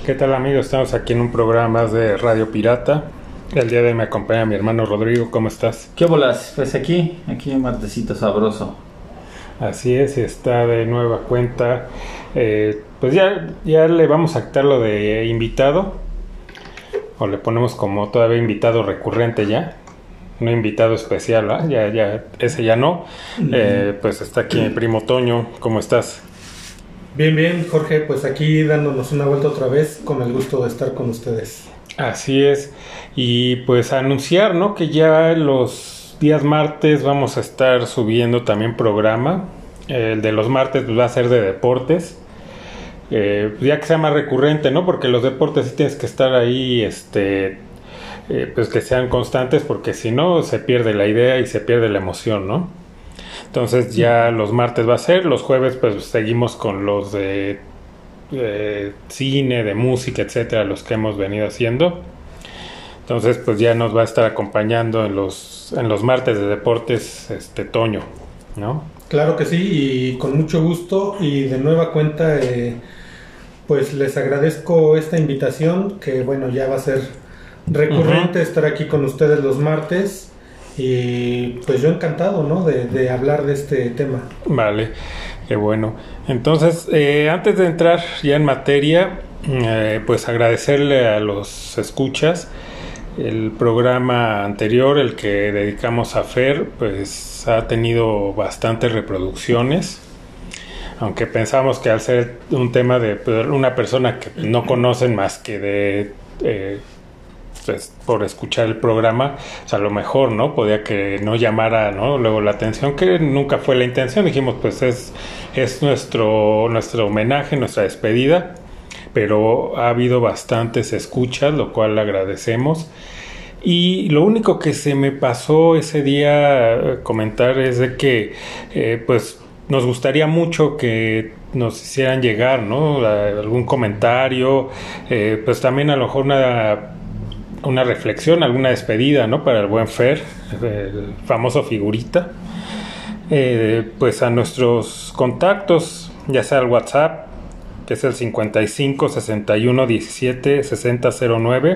¿Qué tal, amigos? Estamos aquí en un programa más de Radio Pirata. El día de hoy me acompaña mi hermano Rodrigo. ¿Cómo estás? ¿Qué bolas? Pues aquí un martesito sabroso. Así es, está de nueva cuenta. Pues ya le vamos a quitar lo de invitado. O le ponemos como todavía invitado recurrente ya. No invitado especial, ¿eh? Ya, ese ya no. Pues está aquí mi primo Toño. ¿Cómo estás? Bien, Jorge, pues aquí dándonos una vuelta otra vez, con el gusto de estar con ustedes. Así es, y pues anunciar, ¿no? Que ya los días martes vamos a estar subiendo también programa. El de los martes pues va a ser de deportes, ya que sea más recurrente, ¿no? Porque los deportes sí tienes que estar ahí, pues que sean constantes, porque si no se pierde la idea y se pierde la emoción, ¿no? Entonces ya los martes va a ser, los jueves pues seguimos con los de cine, de música, etcétera, los que hemos venido haciendo. Entonces pues ya nos va a estar acompañando en los martes de deportes Toño, ¿no? Claro que sí, y con mucho gusto, y de nueva cuenta pues les agradezco esta invitación, que bueno, ya va a ser recurrente estar aquí con ustedes los martes. Y pues yo encantado, ¿no? de hablar de este tema. Vale, qué bueno. Entonces, antes de entrar ya en materia, pues agradecerle a los escuchas. El programa anterior, el que dedicamos a Fer, pues ha tenido bastantes reproducciones. Aunque pensamos que al ser un tema de una persona que no conocen más que de... pues, por escuchar el programa, pues a lo mejor, ¿no? Podía que no llamara, ¿no? Luego la atención, que nunca fue la intención. Dijimos, pues es nuestro homenaje, nuestra despedida, pero ha habido bastantes escuchas, lo cual agradecemos. Y lo único que se me pasó ese día comentar es de que, pues, nos gustaría mucho que nos hicieran llegar, ¿no? Algún comentario, pues también a lo mejor una reflexión, alguna despedida, ¿no? Para el buen Fer, el famoso figurita. Pues a nuestros contactos, ya sea el WhatsApp, que es el 55 61 17 60 09,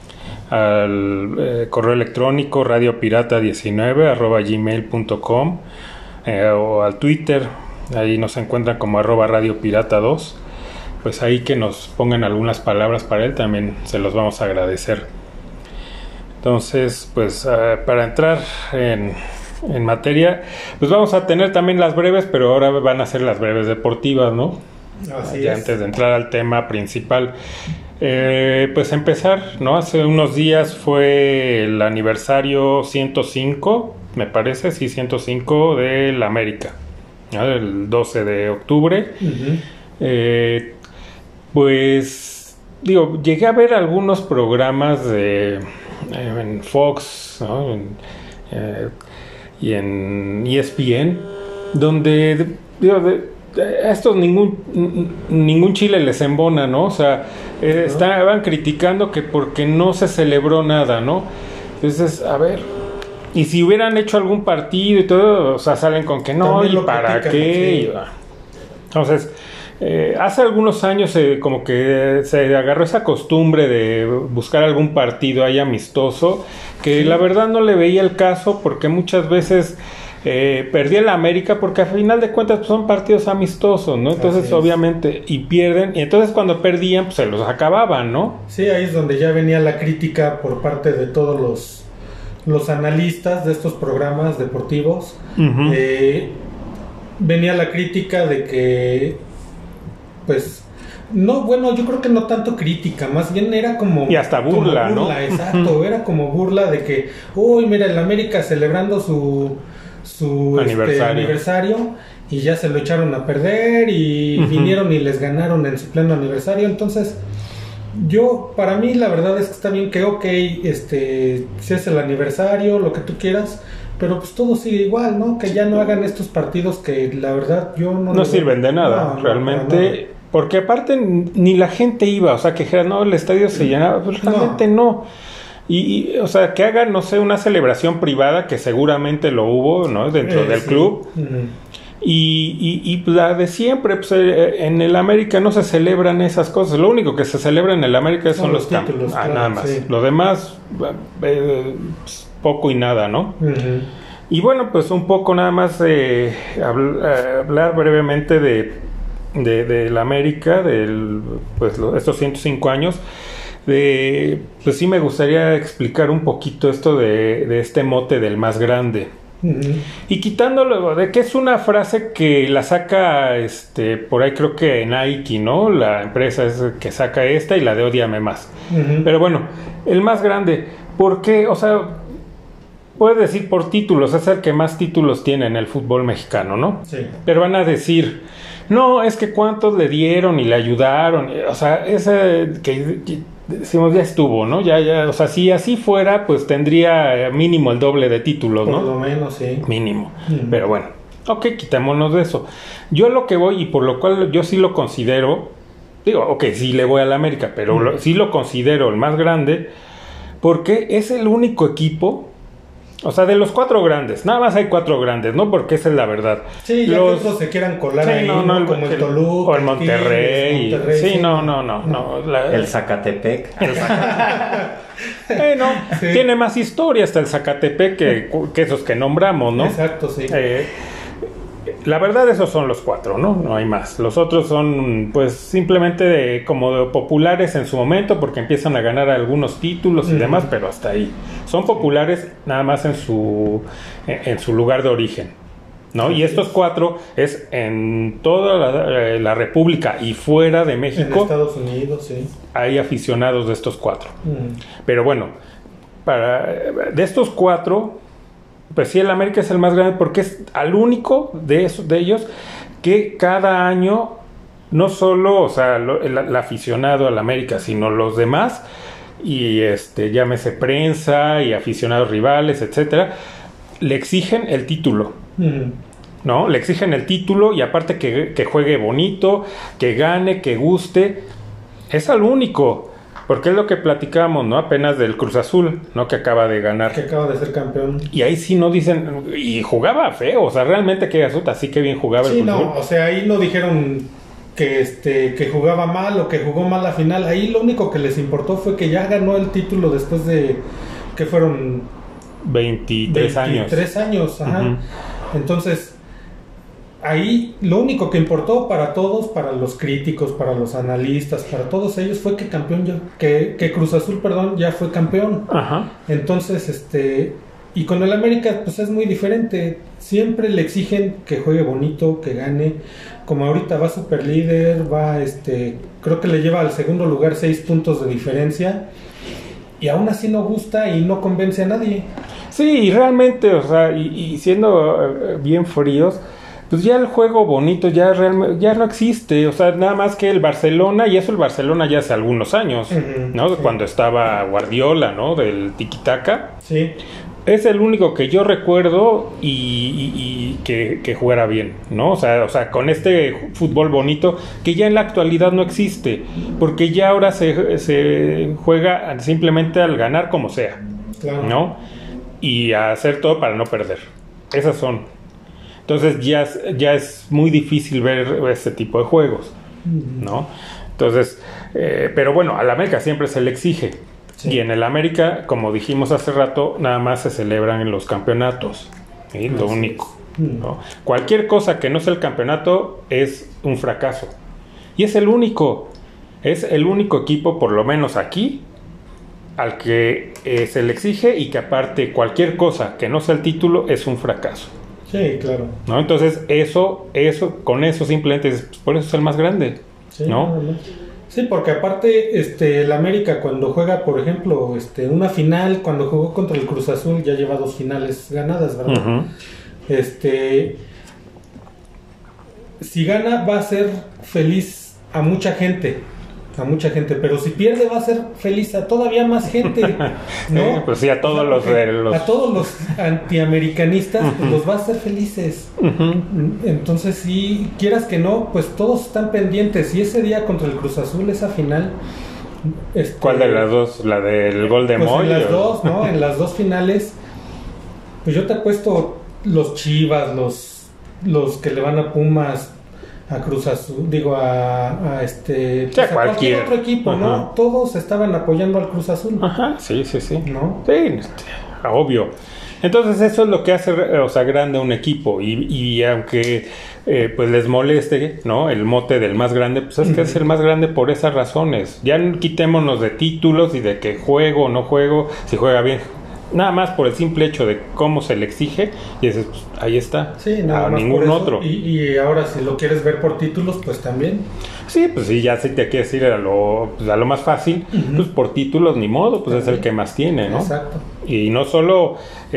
al correo electrónico radiopirata19@gmail.com, o al Twitter, ahí nos encuentran como @radiopirata2. Pues ahí que nos pongan algunas palabras para él, también se los vamos a agradecer. Entonces, pues para entrar en materia, pues vamos a tener también las breves, pero ahora van a ser las breves deportivas, ¿no? Así ya es. Antes de entrar al tema principal, pues empezar, ¿no? Hace unos días fue el aniversario 105, me parece, sí, 105 de la América, ¿no? El 12 de octubre. Pues, digo, llegué a ver algunos programas en Fox, ¿no? Y en ESPN, donde a estos ningún chile les embona, ¿no? O sea, estaban criticando que porque no se celebró nada, ¿no? Entonces, a ver, y si hubieran hecho algún partido y todo, o sea, salen con que no, ¿y para qué? Entonces, hace algunos años como que se agarró esa costumbre de buscar algún partido ahí amistoso, que sí, la verdad no le veía el caso, porque muchas veces perdía el América, porque al final de cuentas pues, son partidos amistosos, ¿no? Entonces obviamente, y pierden, y entonces cuando perdían pues se los acababan, ¿no? Sí, ahí es donde ya venía la crítica por parte de todos los analistas de estos programas deportivos. Venía la crítica de que pues no, bueno, yo creo que no tanto crítica, más bien era como... Y hasta burla, ¿no? Exacto, era como burla de que, uy, mira, el América celebrando su aniversario y ya se lo echaron a perder y vinieron y les ganaron en su pleno aniversario. Entonces, para mí la verdad es que está bien que, si es el aniversario, lo que tú quieras, pero pues todo sigue igual, ¿no? Que ya no hagan estos partidos que la verdad yo no sirven de nada, realmente, porque aparte ni la gente iba, o sea, que dijera, no, el estadio se llenaba, pues realmente no. Y o sea, que hagan, no sé, una celebración privada, que seguramente lo hubo, ¿no? Dentro del club. Y la de siempre, pues en el América no se celebran esas cosas. Lo único que se celebra en el América son los títulos. Claro, nada más. Sí. Lo demás, poco y nada, ¿no? Uh-huh. Y bueno, pues un poco nada más hablar brevemente de la América, pues estos 105 años. Pues sí me gustaría explicar un poquito esto de este mote del más grande. Uh-huh. Y quitándolo de que es una frase que la saca por ahí creo que Nike, ¿no? La empresa es que saca esta y la de Ódiame Más. Uh-huh. Pero bueno, el más grande, ¿por qué? O sea, puedes decir por títulos, es el que más títulos tiene en el fútbol mexicano, ¿no? Sí. Pero van a decir, no, es que cuántos le dieron y le ayudaron, o sea, ese que decimos ya estuvo, ¿no? Ya, o sea, si así fuera, pues tendría mínimo el doble de títulos, ¿no? Por lo menos, sí. Mínimo. Pero bueno, ok, quitémonos de eso. Yo lo que voy, y por lo cual yo sí lo considero, digo, ok, sí le voy a la América, pero sí lo considero el más grande, porque es el único equipo. O sea, de los 4 grandes, nada más hay 4 grandes, ¿no? Porque esa es la verdad. Sí, ya que otros se quieran colar ahí, no, como el Toluca. O el Monterrey. Sí, sí. No. El Zacatepec. Sí. Tiene más historia hasta el Zacatepec que esos que nombramos, ¿no? Exacto, sí. La verdad, esos son los 4, ¿no? No hay más. Los otros son, pues, simplemente como populares en su momento, porque empiezan a ganar algunos títulos y demás, pero hasta ahí. Son populares nada más en su lugar de origen, ¿no? Y estos 4 es en toda la República y fuera de México. En Estados Unidos, sí. Hay aficionados de estos 4. Pero bueno, de estos 4... Pues sí, el América es el más grande porque es al único de ellos que cada año, no solo, o sea, el aficionado al América, sino los demás, y llámese prensa y aficionados rivales, etcétera, le exigen el título. ¿No? Le exigen el título y aparte que juegue bonito, que gane, que guste. Es al único. Porque es lo que platicábamos, ¿no? Apenas del Cruz Azul, ¿no? Que acaba de ganar. Que acaba de ser campeón. Y ahí sí no dicen... Y jugaba feo, o sea, realmente que resulta así que bien jugaba el Cruz Azul. Sí, no, o sea, ahí no dijeron que jugaba mal o que jugó mal la final. Ahí lo único que les importó fue que ya ganó el título después de... que fueron... 23 años. 23 años, ajá. Uh-huh. Entonces... Ahí lo único que importó para todos, para los críticos, para los analistas, para todos ellos fue que que Cruz Azul, ya fue campeón. Ajá. Entonces, y con el América pues es muy diferente. Siempre le exigen que juegue bonito, que gane. Como ahorita va super líder, creo que le lleva al segundo lugar 6 puntos de diferencia. Y aún así no gusta y no convence a nadie. Sí, y realmente, o sea, y siendo bien fríos, pues ya el juego bonito ya no existe, o sea, nada más que el Barcelona, y eso el Barcelona ya hace algunos años, ¿no? Sí. Cuando estaba Guardiola, ¿no? Del tiki-taka. Sí. Es el único que yo recuerdo y que jugara bien, ¿no? O sea, con este fútbol bonito que ya en la actualidad no existe, porque ya ahora se juega simplemente al ganar como sea, claro, ¿no? Y a hacer todo para no perder. Esas son. Entonces ya es muy difícil ver este tipo de juegos, ¿no? Entonces, pero bueno, a la América siempre se le exige. Sí. Y en el América, como dijimos hace rato, nada más se celebran en los campeonatos. ¿Sí? Lo único, ¿no? Cualquier cosa que no sea el campeonato es un fracaso. Y es el único equipo, por lo menos aquí, al que se le exige y que aparte cualquier cosa que no sea el título es un fracaso. Sí, claro. ¿No? Entonces, con eso simplemente, por eso es el más grande, sí, ¿no? Sí, porque aparte, el América cuando juega, por ejemplo, una final, cuando jugó contra el Cruz Azul, ya lleva 2 finales ganadas, ¿verdad? Uh-huh. Si gana, va a ser feliz a mucha gente, pero si pierde va a ser feliz a todavía más gente, ¿no? Pues sí, a todos a todos los antiamericanistas, uh-huh, pues los va a hacer felices. Uh-huh. Entonces, si quieras que no, pues todos están pendientes. Y ese día contra el Cruz Azul, esa final, ¿cuál de las dos? ¿La del gol de Moy? En las dos, ¿no? En las 2 finales, pues yo te apuesto los Chivas, los los que le van a Pumas, a Cruz Azul, digo a pues a cualquier otro equipo, ¿no? Todos estaban apoyando al Cruz Azul. Ajá, sí, ¿no? Sí, obvio. Entonces eso es lo que hace, o sea, grande a un equipo y aunque pues les moleste, ¿no? El mote del más grande, pues es que es el más grande por esas razones. Ya quitémonos de títulos y de que juego o no juego, si juega bien. Nada más por el simple hecho de cómo se le exige y dices, pues, ahí está, sí, nada a más ningún otro. Y ahora si lo quieres ver por títulos, pues también. Sí, pues sí, ya si te quieres ir a lo más fácil, pues por títulos ni modo, pues también es el que más tiene, ¿no? Exacto. Y no solo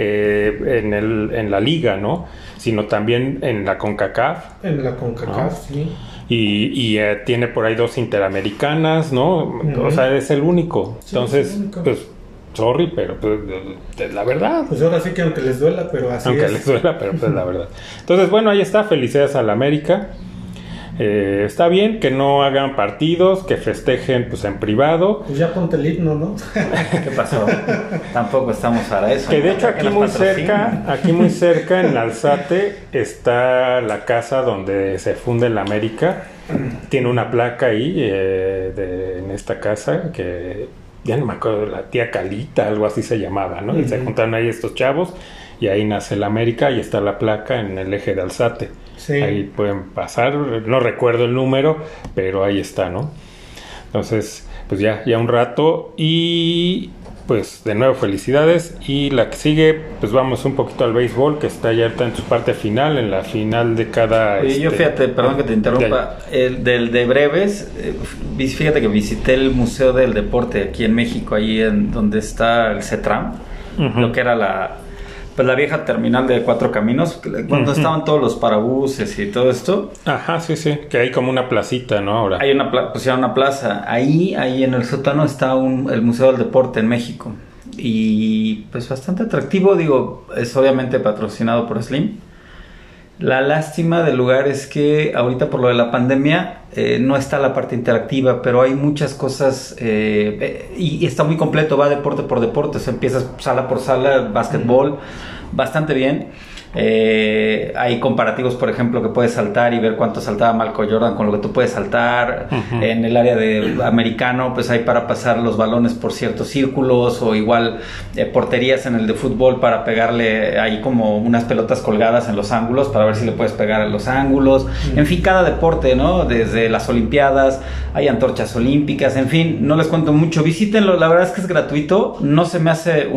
en la liga, ¿no? Sino también en la CONCACAF. En la CONCACAF, ¿no? Sí. Y tiene por ahí 2 interamericanas, ¿no? O sea, es el único. Sí, entonces, es el único. Pues sorry, pero pues la verdad. Pues ahora sí que aunque les duela, pero así aunque les duela, pero pues la verdad. Entonces, bueno, ahí está. Felicidades a la América. Está bien que no hagan partidos, que festejen pues en privado. Pues ya ponte el himno, ¿no? ¿Qué pasó? Tampoco estamos para eso. Que de hecho aquí muy cerca en Alzate está la casa donde se funde la América. Tiene una placa ahí en esta casa que ya no me acuerdo, la tía Calita, algo así se llamaba, ¿no? Y se juntaron ahí estos chavos y ahí nace la América y está la placa en el eje de Alzate. Sí. Ahí pueden pasar, no recuerdo el número, pero ahí está, ¿no? Entonces, pues ya un rato y pues de nuevo felicidades. Y la que sigue, pues vamos un poquito al béisbol, que está ya en su parte final, en la final de cada... Oye, yo fíjate, perdón que te interrumpa, el de breves, fíjate que visité el Museo del Deporte aquí en México, ahí en donde está el CETRAM, lo que era la vieja terminal de 4 Caminos, cuando estaban todos los parabuses y todo esto. Ajá, sí, que hay como una placita, ¿no? Ahora hay pusieron una plaza. Ahí en el sótano está el Museo del Deporte en México. Y pues bastante atractivo, digo, es obviamente patrocinado por Slim. La lástima del lugar es que ahorita por lo de la pandemia no está la parte interactiva, pero hay muchas cosas y está muy completo, va deporte por deporte, o sea, empiezas sala por sala, básquetbol, bastante bien. Hay comparativos, por ejemplo, que puedes saltar y ver cuánto saltaba Michael Jordan con lo que tú puedes saltar. En el área de americano, pues hay para pasar los balones por ciertos círculos, o igual porterías en el de fútbol para pegarle ahí como unas pelotas colgadas en los ángulos para ver si le puedes pegar en los ángulos. En fin, cada deporte, ¿no? Desde las olimpiadas, hay antorchas olímpicas, en fin, no les cuento mucho. Visítenlo, la verdad es que es gratuito, no se me hace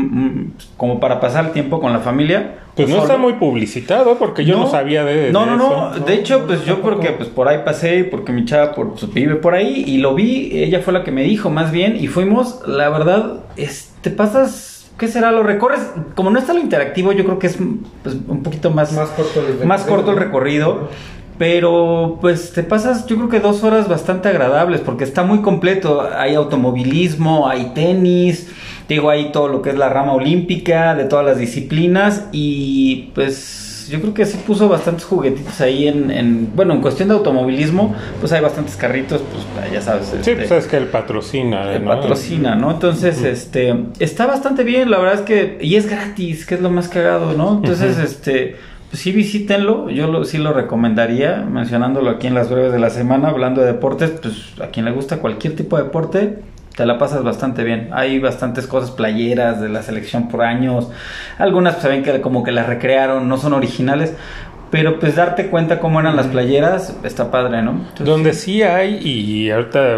como para pasar el tiempo con la familia. Pues no está muy publicitado, porque yo no sabía de eso. No, de hecho, pues yo porque pues por ahí pasé, porque mi chava vive por ahí y lo vi, ella fue la que me dijo más bien, y fuimos, la verdad, te pasas, ¿qué será? Lo recorres, como no está lo interactivo, yo creo que es pues, un poquito más corto el recorrido. Pero pues te pasas, yo creo que 2 horas bastante agradables, porque está muy completo. Hay automovilismo, hay tenis, digo, hay todo lo que es la rama olímpica de todas las disciplinas, y pues yo creo que sí puso bastantes juguetitos ahí en cuestión de automovilismo, pues hay bastantes carritos, pues ya sabes. Sí, pues es que él patrocina, ¿no? Patrocina, ¿no? Entonces, está bastante bien, la verdad es que, y es gratis, que es lo más cagado, ¿no? Entonces, pues sí, visítenlo, sí lo recomendaría, mencionándolo aquí en las breves de la semana, hablando de deportes, pues a quien le gusta cualquier tipo de deporte, te la pasas bastante bien. Hay bastantes cosas, playeras de la selección por años, algunas pues saben que como que las recrearon, no son originales, pero pues darte cuenta cómo eran las playeras, está padre, ¿no? Entonces, donde sí hay, y ahorita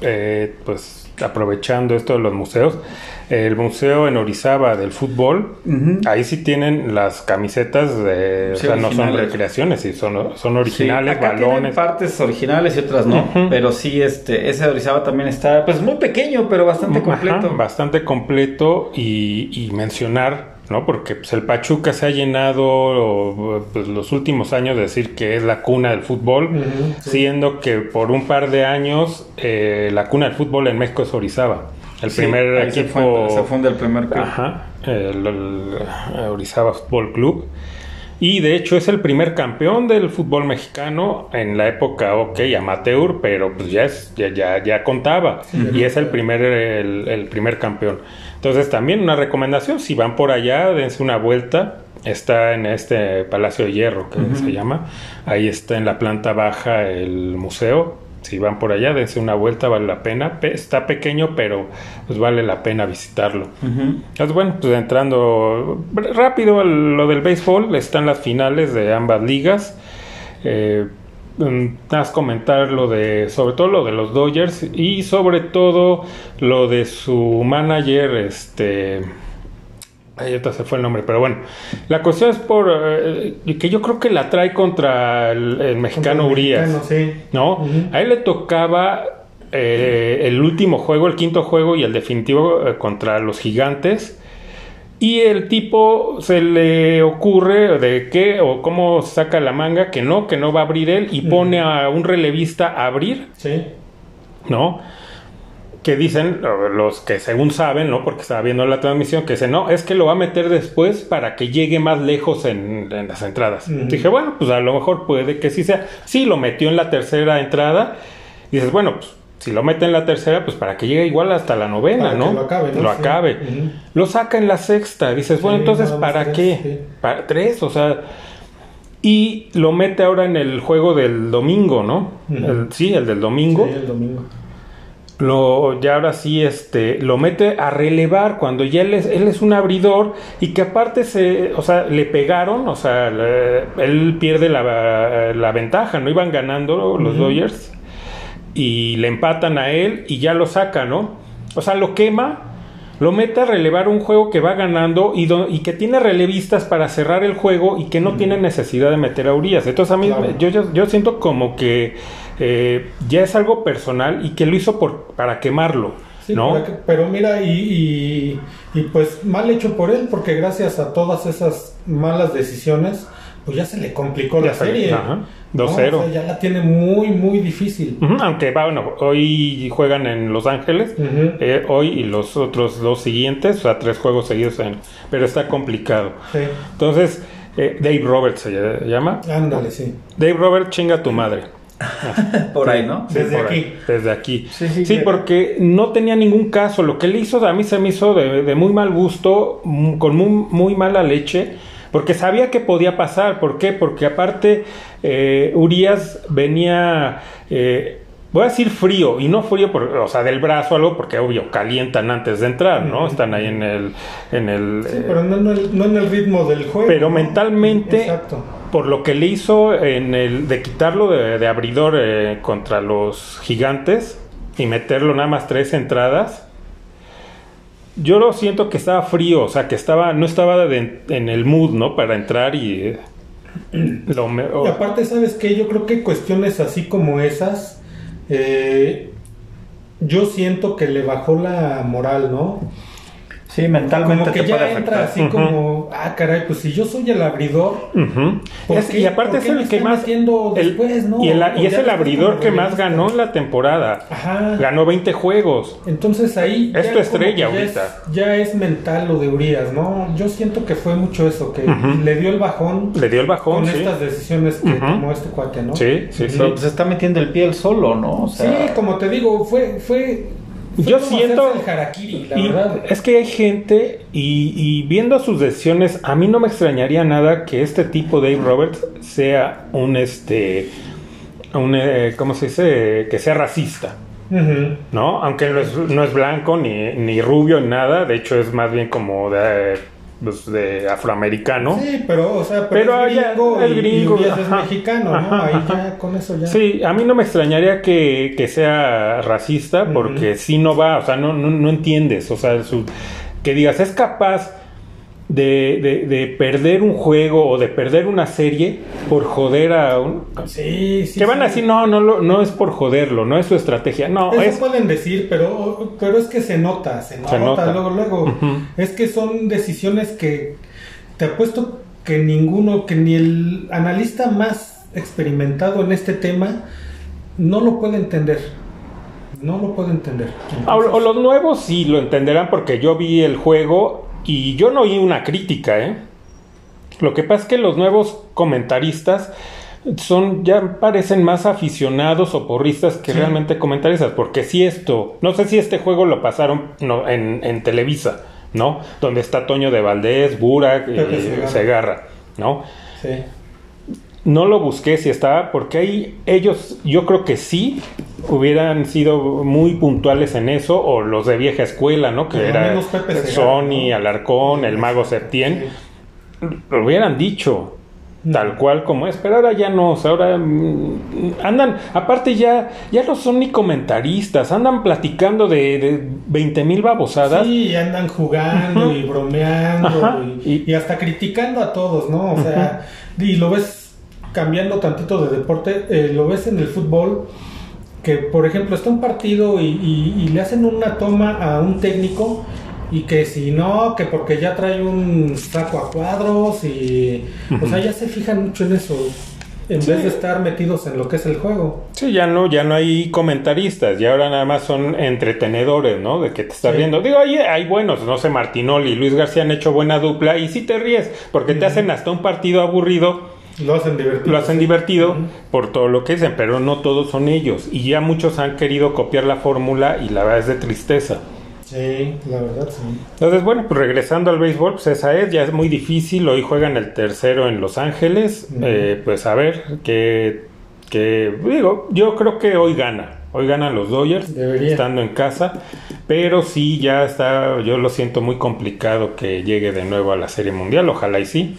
pues aprovechando esto de los museos, el museo en Orizaba del fútbol, ahí sí tienen las camisetas o sea, no son recreaciones, sí, son originales, acá balones. Tienen partes originales y otras no, pero sí, ese de Orizaba también está, pues muy pequeño, pero bastante completo. Bastante completo, y mencionar, ¿no? Porque pues, el Pachuca se ha llenado pues, los últimos años de decir que es la cuna del fútbol, siendo que por un par de años la cuna del fútbol en México es Orizaba. El primer equipo... Se funda el primer club. Ajá, el Orizaba Fútbol Club. Y de hecho es el primer campeón del fútbol mexicano en la época, amateur, pero pues ya contaba. Y es el primer campeón. Entonces también una recomendación, si van por allá, dense una vuelta. Está en este Palacio de Hierro, que se llama. Ahí está en la planta baja el museo. Si van por allá, dense una vuelta, vale la pena. Está pequeño, pero pues vale la pena visitarlo. Entonces, bueno, pues entrando rápido a lo del béisbol, están las finales de ambas ligas. Nada más comentar sobre todo lo de los Dodgers y sobre todo lo de su manager, ahorita se fue el nombre, pero bueno, la cuestión es que yo creo que la trae contra el mexicano Urias, sí. ¿no? A él le tocaba el último juego, el quinto juego y el definitivo contra los Gigantes, y el tipo se le ocurre de qué o cómo saca la manga que no va a abrir él y pone a un relevista a abrir, sí, ¿no? Que dicen, los que según saben, ¿no? Porque estaba viendo la transmisión, que dicen, no, es que lo va a meter después para que llegue más lejos en las entradas. Dije, bueno, pues a lo mejor puede que sí sea. Sí, lo metió en la tercera entrada. Y dices, bueno, pues si lo mete en la tercera, pues para que llegue igual hasta la novena, para ¿no? Que lo acabe, ¿no? Lo acabe. Lo saca en la sexta. Dices, bueno, entonces, ¿para qué? Sí. ¿Para tres? O sea... Y lo mete ahora en el juego del domingo, ¿no? El del domingo. Sí, el domingo. Ya ahora sí lo mete a relevar cuando ya él es un abridor y que aparte le pegaron, él pierde la ventaja, no iban ganando los Dodgers y le empatan a él y ya lo saca, ¿no? O sea, lo quema, lo mete a relevar un juego que va ganando y que tiene relevistas para cerrar el juego y que no tiene necesidad de meter a Urias. Entonces a mí yo siento como que ya es algo personal y que lo hizo para quemarlo, sí, ¿no? Pero mira, y pues mal hecho por él, porque gracias a todas esas malas decisiones, pues ya se le complicó la serie. 2-0. ¿No? O sea, ya la tiene muy, muy difícil. Aunque, bueno, hoy juegan en Los Ángeles, hoy y los otros dos siguientes, o sea, 3 juegos seguidos, pero está complicado. Sí. Entonces, Dave Roberts se llama. Ándale, sí. Dave Roberts, chinga tu madre. Por ahí, ¿no? Desde aquí. Sí, porque no tenía ningún caso. Lo que le hizo, a mí se me hizo de muy mal gusto, con muy mala leche, porque sabía que podía pasar. ¿Por qué? Porque aparte Urias venía, voy a decir frío, y no frío del brazo algo, porque obvio calientan antes de entrar, ¿no? Están ahí en el sí, pero no en el ritmo del juego, pero ¿no? Mentalmente. Exacto. Por lo que le hizo de quitarlo de abridor contra los Gigantes y meterlo nada más 3 entradas, yo lo siento que estaba frío, o sea, que no estaba en el mood, ¿no? Para entrar y y aparte, ¿sabes qué? Yo creo que cuestiones así como esas, yo siento que le bajó la moral, ¿no? Sí, mentalmente como que te ya puede entra afectar. así como, caray, pues si yo soy el abridor, y aparte es el que más después, ¿no? y es el abridor que más ganó en la temporada. Ajá. Ganó 20 juegos. Entonces ahí es tu estrella ahorita. Ya es mental lo de Urias, ¿no? Yo siento que fue mucho eso, que le dio el bajón con estas decisiones que tomó este cuate, ¿no? Sí. Pero pues está metiendo el pie él solo, ¿no? O sea, sí, como te digo, fue yo siento el harakiri, la verdad. Es que hay gente y viendo sus decisiones, a mí no me extrañaría nada que este tipo Dave Roberts sea ¿cómo se dice? Que sea racista, ¿no? Aunque no es blanco ni rubio ni nada, de hecho es más bien como de afroamericano. Sí, pero es gringo y es mexicano, ¿no? Ahí ya con eso ya. Sí, a mí no me extrañaría que sea racista, porque si no va, o sea, no entiendes, o sea, que digas, es capaz de perder un juego o de perder una serie por joder a un... Sí. Que van a decir, no es por joderlo, no es su estrategia, no. Eso pueden decir, pero es que se nota luego. Es que son decisiones que te apuesto que ni el analista más experimentado en este tema no lo puede entender. Entonces, o los nuevos sí lo entenderán, porque yo vi el juego y yo no oí una crítica, Lo que pasa es que los nuevos comentaristas ya parecen más aficionados o porristas que realmente comentaristas, porque si no sé si este juego lo pasaron en Televisa, ¿no? Donde está Toño de Valdés, Burak y Segarra, ¿no? Sí. No lo busqué si estaba, porque ahí ellos, yo creo que sí hubieran sido muy puntuales en eso, o los de vieja escuela, ¿no? Que era Sony, ¿no? Alarcón, el Mago Septién, lo hubieran dicho tal cual como es, pero ahora ya no, o sea, ahora andan, aparte ya no son ni comentaristas, andan platicando de 20,000 babosadas. Sí, andan jugando y bromeando y hasta criticando a todos, ¿no? O sea, y lo ves cambiando tantito de deporte, lo ves en el fútbol, que por ejemplo está un partido y le hacen una toma a un técnico, y que si no, que porque ya trae un saco a cuadros y o sea, ya se fijan mucho en eso en vez de estar metidos en lo que es el juego. Sí, ya no hay comentaristas, y ahora nada más son entretenedores, ¿no? De que te estás riendo. Digo, hay buenos, no sé, Martinoli y Luis García han hecho buena dupla, y sí te ríes, porque te hacen hasta un partido aburrido. Lo hacen divertido. Por todo lo que dicen, pero no todos son ellos, y ya muchos han querido copiar la fórmula, y la verdad es de tristeza. Sí, la verdad, sí. Entonces, bueno, pues regresando al béisbol, pues esa ya es muy difícil. Hoy juegan el tercero en Los Ángeles. Pues a ver, digo, yo creo que hoy ganan los Dodgers, estando en casa, pero sí ya está, yo lo siento muy complicado que llegue de nuevo a la Serie Mundial, ojalá y sí.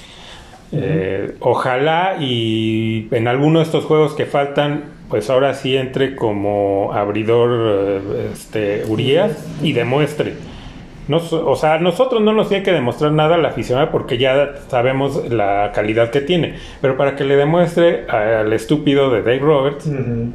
Ojalá y en alguno de estos juegos que faltan, pues ahora sí entre como abridor Urias y demuestre. O sea, nosotros no nos tiene que demostrar nada a la aficionada, porque ya sabemos la calidad que tiene, pero para que le demuestre al estúpido de Dave Roberts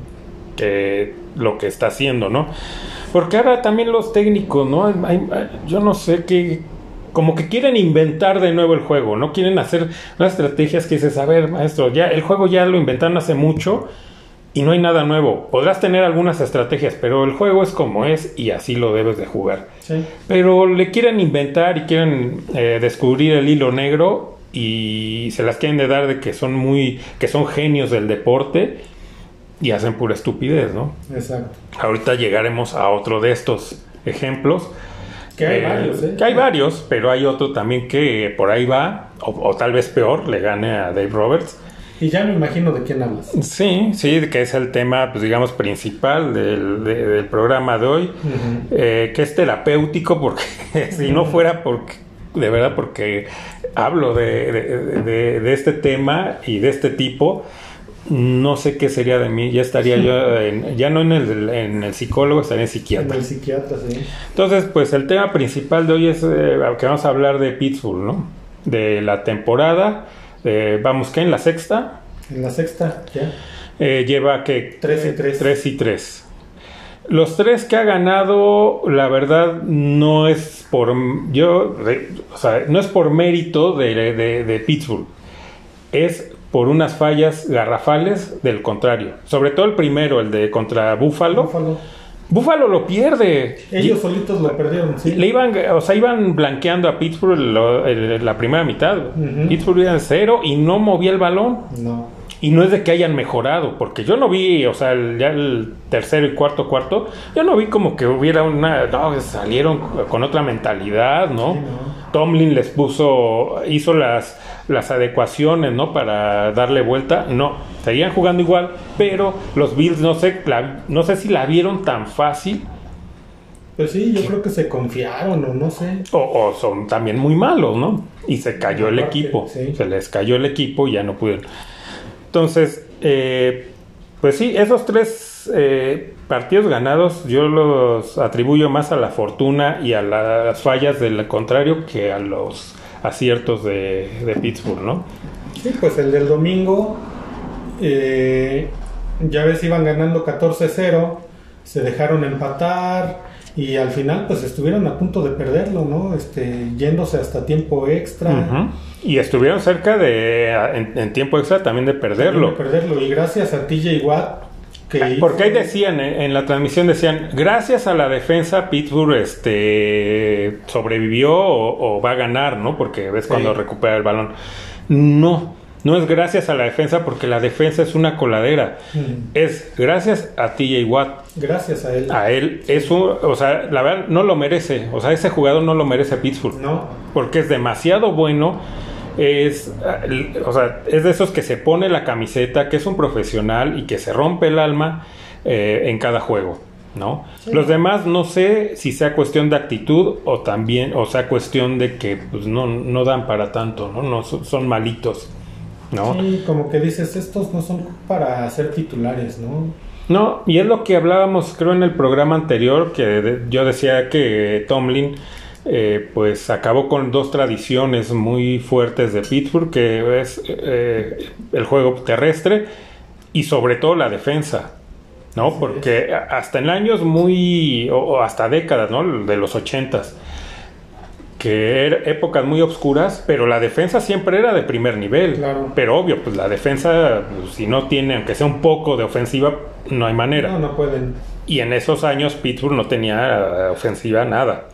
que lo que está haciendo, ¿no? Porque ahora también los técnicos, ¿no? Yo no sé qué, como que quieren inventar de nuevo el juego, no quieren hacer unas estrategias que dices, a ver, maestro, ya el juego ya lo inventaron hace mucho y no hay nada nuevo. Podrás tener algunas estrategias, pero el juego es como es y así lo debes de jugar. Sí. Pero le quieren inventar y quieren descubrir el hilo negro, y se las quieren de dar de que son genios del deporte, y hacen pura estupidez, ¿no? Exacto. Ahorita llegaremos a otro de estos ejemplos. Que hay varios, Que hay varios, pero hay otro también que por ahí va, o tal vez peor, le gane a Dave Roberts. Y ya me imagino de quién hablas. Sí, que es el tema, pues digamos, principal del programa de hoy, que es terapéutico, porque si no fuera de verdad, porque hablo de este tema y de este tipo, no sé qué sería de mí. Ya estaría yo ya no en el psicólogo, estaría en psiquiatra. En el psiquiatra, sí. Entonces, pues el tema principal de hoy es que vamos a hablar de Pittsburgh, ¿no? De la temporada. Vamos, ¿qué? ¿En la sexta? En la sexta, ya. Lleva que 3-3. Los 3 que ha ganado, la verdad, no es por no es por mérito de Pittsburgh. Es por unas fallas garrafales del contrario. Sobre todo el primero, el de contra Buffalo. Buffalo lo pierde. Ellos solitos lo perdieron, sí. Iban blanqueando a Pittsburgh la primera mitad. Pittsburgh iba en 0 y no movía el balón. No. Y no es de que hayan mejorado, porque yo no vi, ya el tercero y cuarto, yo no vi como que hubiera salieron con otra mentalidad, ¿no? Sí, no. Tomlin hizo las adecuaciones, ¿no? Para darle vuelta. No, seguían jugando igual, pero los Bills no sé si la vieron tan fácil. Pues sí, yo creo que se confiaron, o no sé. O son también muy malos, ¿no? Y se cayó el equipo. Sí. Se les cayó el equipo y ya no pudieron. Entonces, pues sí, esos 3 partidos ganados yo los atribuyo más a la fortuna y a las fallas del contrario que a los aciertos de Pittsburgh, ¿no? Sí, pues el del domingo, ya ves, iban ganando 14-0, se dejaron empatar y al final pues estuvieron a punto de perderlo, ¿no? Yéndose hasta tiempo extra. Y estuvieron cerca en tiempo extra también de perderlo. Y gracias a TJ Watt, Porque ahí decían, en la transmisión decían, gracias a la defensa Pittsburgh sobrevivió o va a ganar, ¿no? Porque ves cuando recupera el balón. No es gracias a la defensa, porque la defensa es una coladera. Es gracias a TJ Watt. Gracias a él. A él, o sea, la verdad no lo merece. O sea, ese jugador no lo merece a Pittsburgh. No. Porque es demasiado bueno. Es de esos que se pone la camiseta, que es un profesional y que se rompe el alma en cada juego, ¿no? Sí. Los demás no sé si sea cuestión de actitud o también, o sea, cuestión de que pues, no dan para tanto, ¿no? Son malitos, ¿no? Sí, como que dices, estos no son para ser titulares, ¿no? No, y es lo que hablábamos, creo, en el programa anterior, que yo decía que Tomlin pues acabó con dos tradiciones muy fuertes de Pittsburgh, que es el juego terrestre y sobre todo la defensa, ¿no? Sí, porque hasta en años o hasta décadas, ¿no? De los 80s, que eran épocas muy oscuras, pero la defensa siempre era de primer nivel. Claro. Pero obvio, pues la defensa, pues, si no tiene, aunque sea un poco de ofensiva, no hay manera. No pueden. Y en esos años Pittsburgh no tenía ofensiva nada.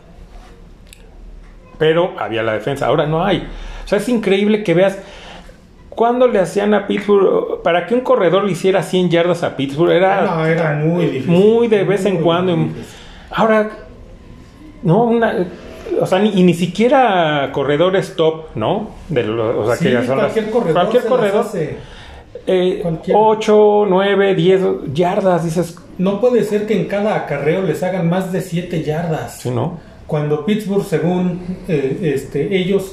Pero había la defensa, ahora no hay. O sea, es increíble que veas cuando le hacían a Pittsburgh, para que un corredor le hiciera 100 yardas a Pittsburgh era muy difícil. Muy de vez en cuando. Ahora, o sea, ni siquiera corredores top, ¿no? O sea, sí, que ya son cualquier corredor. 8, 9, 10 yardas, dices. No puede ser que en cada acarreo les hagan más de 7 yardas. Sí, ¿no? Cuando Pittsburgh, según ellos,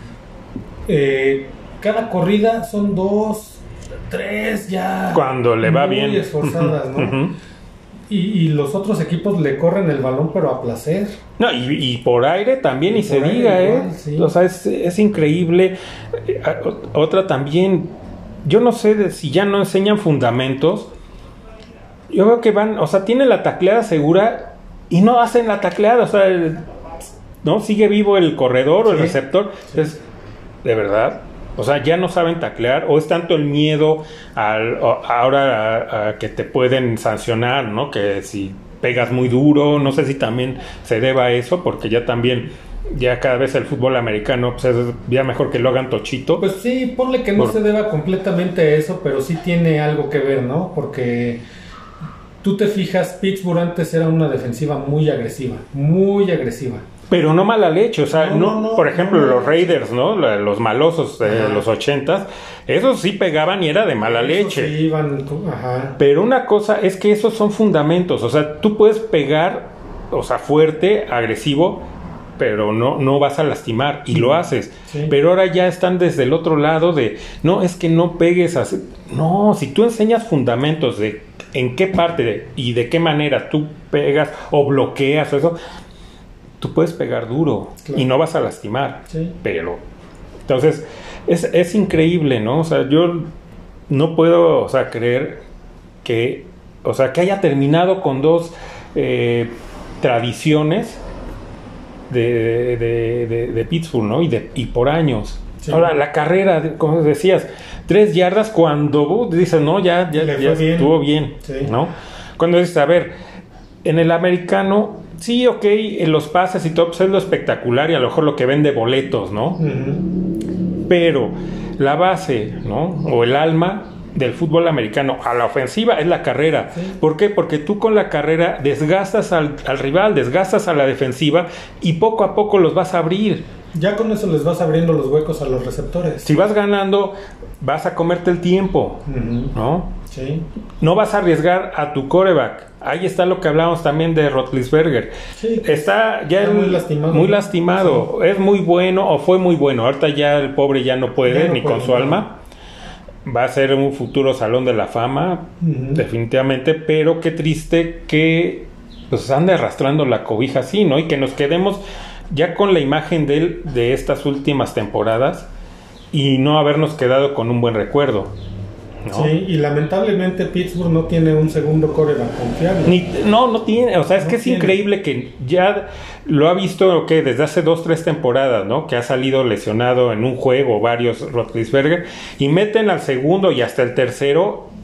cada corrida son 2, 3 ya. Cuando le va bien. Muy esforzadas, ¿no? Y los otros equipos le corren el balón, pero a placer. No, y por aire también, y se diga, igual, sí. O sea, es increíble. Otra también, yo no sé si ya no enseñan fundamentos. Yo veo que van, o sea, tienen la tacleada segura y no hacen la tacleada, o sea, ¿no? Sigue vivo el corredor o el receptor. Entonces, de verdad, o sea, ya no saben taclear, o es tanto el miedo ahora a que te pueden sancionar, ¿no? Que si pegas muy duro, no sé si también se deba a eso, porque ya cada vez el fútbol americano pues es ya mejor que lo hagan tochito. Pues sí, ponle que no se deba completamente a eso, pero sí tiene algo que ver, ¿no? Porque tú te fijas, Pittsburgh antes era una defensiva muy agresiva. Pero no mala leche, o sea, por ejemplo, los Raiders, ¿no? Los malosos de los 80s, esos sí pegaban y era de mala leche. Sí iban, Pero una cosa es que esos son fundamentos, o sea, tú puedes pegar, o sea, fuerte, agresivo, pero no vas a lastimar, y lo haces. Sí. Pero ahora ya están desde el otro lado no, es que no pegues así. No, si tú enseñas fundamentos de en qué parte y de qué manera tú pegas o bloqueas o eso, tú puedes pegar duro, claro, y no vas a lastimar. Sí. Pero entonces es increíble, ¿no? O sea, yo no puedo, o sea, creer que haya terminado con dos tradiciones de Pittsburgh, ¿no? Y por años. Sí. Ahora, la carrera, como decías, 3 yardas cuando dices, no, ya estuvo bien, sí, ¿no? Cuando dices, a ver, en el americano, sí, ok, en los pases y todo, pues es lo espectacular y a lo mejor lo que vende boletos, ¿no? Uh-huh. Pero la base, ¿no? O el alma del fútbol americano a la ofensiva es la carrera. Sí. ¿Por qué? Porque tú con la carrera desgastas al rival, desgastas a la defensiva y poco a poco los vas a abrir. Ya con eso les vas abriendo los huecos a los receptores. Si vas ganando, vas a comerte el tiempo, uh-huh, ¿no? Sí. No vas a arriesgar a tu quarterback. Ahí está lo que hablábamos también de Roethlisberger. Sí, está ya muy lastimado. Sí. Es muy bueno, o fue muy bueno. Ahorita ya el pobre ya no puede, ni con su alma. Va a ser un futuro salón de la fama, uh-huh, definitivamente. Pero qué triste que pues ande arrastrando la cobija así, ¿no? Y que nos quedemos ya con la imagen de él de estas últimas temporadas y no habernos quedado con un buen recuerdo, ¿no? Sí, y lamentablemente Pittsburgh no tiene un segundo quarterback confiable. No tiene, o sea, es que es increíble que ya lo ha visto desde hace 2-3 temporadas, ¿no? Que ha salido lesionado en un juego varios Roethlisberger y meten al segundo y hasta el tercero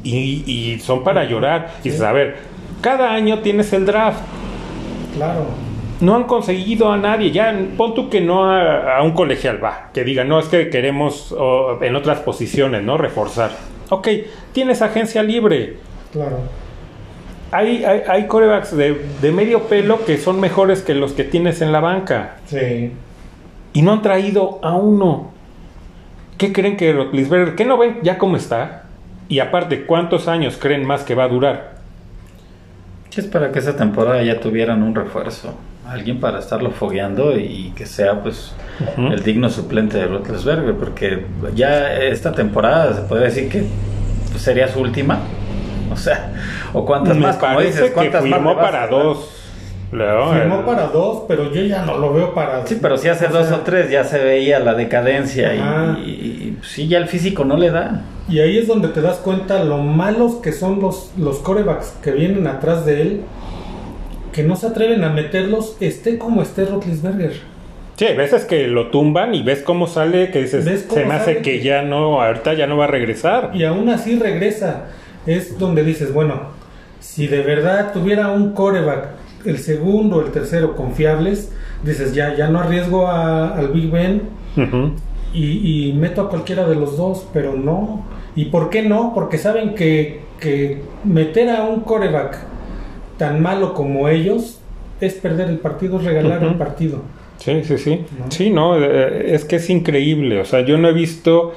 y son para llorar. Y Sí. dices, a ver, cada año tienes el draft. Claro. No han conseguido a nadie. Ya pon tú que no a un colegial va, que diga, no, es que queremos en otras posiciones, ¿no? Reforzar. Ok, tienes agencia libre. Claro. Hay quarterbacks de medio pelo que son mejores que los que tienes en la banca. Sí. Y no han traído a uno. ¿Qué creen que Roethlisberger? ¿Qué no ven ya cómo está? Y aparte, ¿cuántos años creen más que va a durar? Sí, es para que esa temporada ya tuvieran un refuerzo. Alguien para estarlo fogueando y que sea pues el digno suplente de Roethlisberger, porque ya esta temporada se podría decir que pues, sería su última. O sea, o cuántas Me más, como parece dices, cuántas que más firmó le vas a para dar? 2. Firmó para 2, pero yo ya no lo veo para... Sí, pero si hace 2 o 3 ya se veía la decadencia Ajá. y sí, ya el físico no le da. Y ahí es donde te das cuenta lo malos que son los quarterbacks que vienen atrás de él, que no se atreven a meterlos, esté como esté Roethlisberger. Sí, hay veces que lo tumban y ves cómo sale, que dices, ¿Ves cómo se me hace sale? que ya no, ahorita ya no va a regresar. Y aún así regresa. Es donde dices, bueno, si de verdad tuviera un quarterback, el segundo o el tercero confiables, dices, ya no arriesgo al Big Ben Ujú. y meto a cualquiera de los dos, pero no. ¿Y por qué no? Porque saben que meter a un quarterback tan malo como ellos es perder el partido, es regalar el partido. Sí, sí, sí. ¿No? Sí, no, es que es increíble. O sea, yo no he visto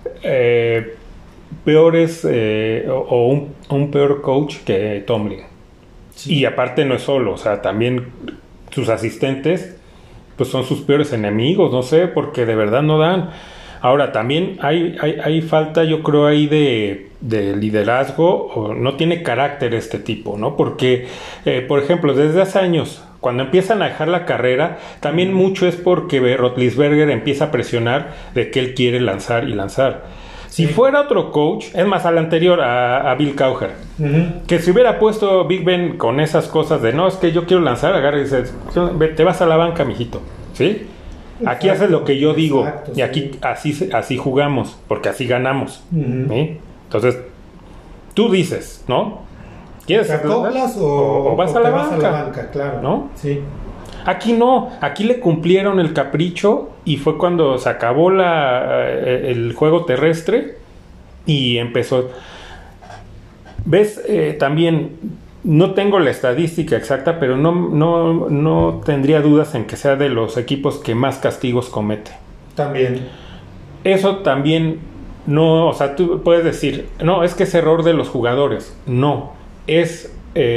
peores o un peor coach que Tomlin. Sí. Y aparte no es solo, o sea, también sus asistentes pues son sus peores enemigos, no sé, porque de verdad no dan. Ahora, también hay falta, yo creo, ahí de liderazgo, o no tiene carácter este tipo, ¿no? Porque, por ejemplo, desde hace años, cuando empiezan a dejar la carrera, también mucho es porque Roethlisberger empieza a presionar de que él quiere lanzar y lanzar. Si fuera otro coach, es más, al anterior, a Bill Cowher, que si hubiera puesto Big Ben con esas cosas de, no, es que yo quiero lanzar, agarra y dices, te vas a la banca, mijito, ¿sí? Aquí haces lo que yo digo, exacto, y aquí así jugamos, porque así ganamos, ¿sí? Entonces, tú dices, ¿no? ¿Quieres ¿Te acoplas o vas te a la vas banca? a la banca? Claro. ¿No? Sí. Aquí no, aquí le cumplieron el capricho y fue cuando se acabó el juego terrestre y empezó. ¿Ves? También no tengo la estadística exacta, pero no tendría dudas en que sea de los equipos que más castigos comete. También. Eso también no, o sea, tú puedes decir, no, es que es error de los jugadores. No, es...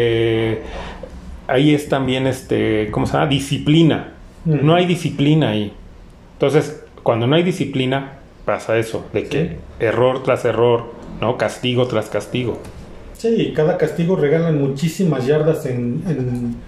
ahí es también ¿cómo se llama? Disciplina. No hay disciplina ahí. Entonces, cuando no hay disciplina, pasa eso, de que error tras error, ¿no? Castigo tras castigo. Sí, cada castigo regalan muchísimas yardas en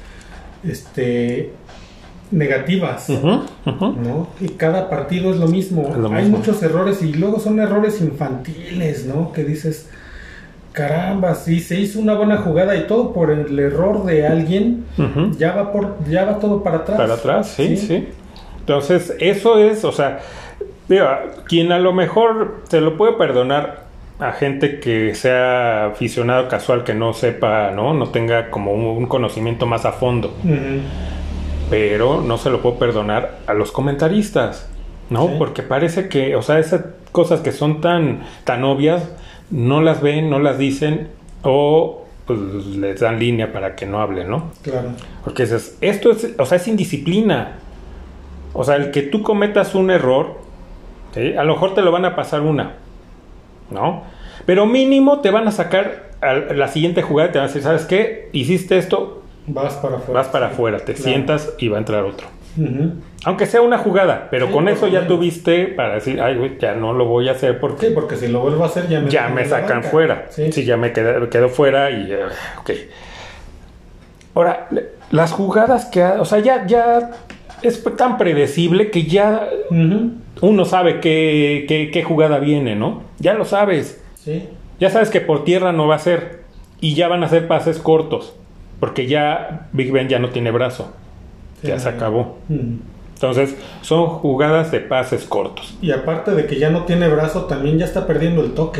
negativas, ¿no? Y cada partido es lo mismo. Hay muchos errores y luego son errores infantiles, ¿no? Que dices, caramba, sí, se hizo una buena jugada y todo por el error de alguien, ya va todo para atrás. Para atrás, sí. Entonces, eso es, o sea, digo, quien a lo mejor se lo puede perdonar a gente que sea aficionado casual, que no sepa, no tenga como un conocimiento más a fondo. Pero no se lo puedo perdonar a los comentaristas, ¿no? Sí. Porque parece que, o sea, esas cosas que son tan obvias, no las ven, no las dicen, o pues les dan línea para que no hablen, ¿no? Claro. Porque dices, esto es, o sea, es indisciplina. O sea, el que tú cometas un error, ¿sí? A lo mejor te lo van a pasar una, ¿no? Pero mínimo te van a sacar a la siguiente jugada y te van a decir, ¿sabes qué? Hiciste esto, vas para afuera. Vas para afuera, te sientas y va a entrar otro. Aunque sea una jugada, pero con eso ya tuviste para decir, ay, güey, ya no lo voy a hacer porque... Sí, porque si lo vuelvo a hacer ya me sacan fuera. Sí, ya me quedo fuera y... ok. Ahora, las jugadas que... O sea, ya es tan predecible que ya uno sabe qué jugada viene, ¿no? Ya lo sabes. Sí. Ya sabes que por tierra no va a ser y ya van a ser pases cortos. Porque ya Big Ben ya no tiene brazo. Ya se acabó. Entonces, son jugadas de pases cortos. Y aparte de que ya no tiene brazo, también ya está perdiendo el toque.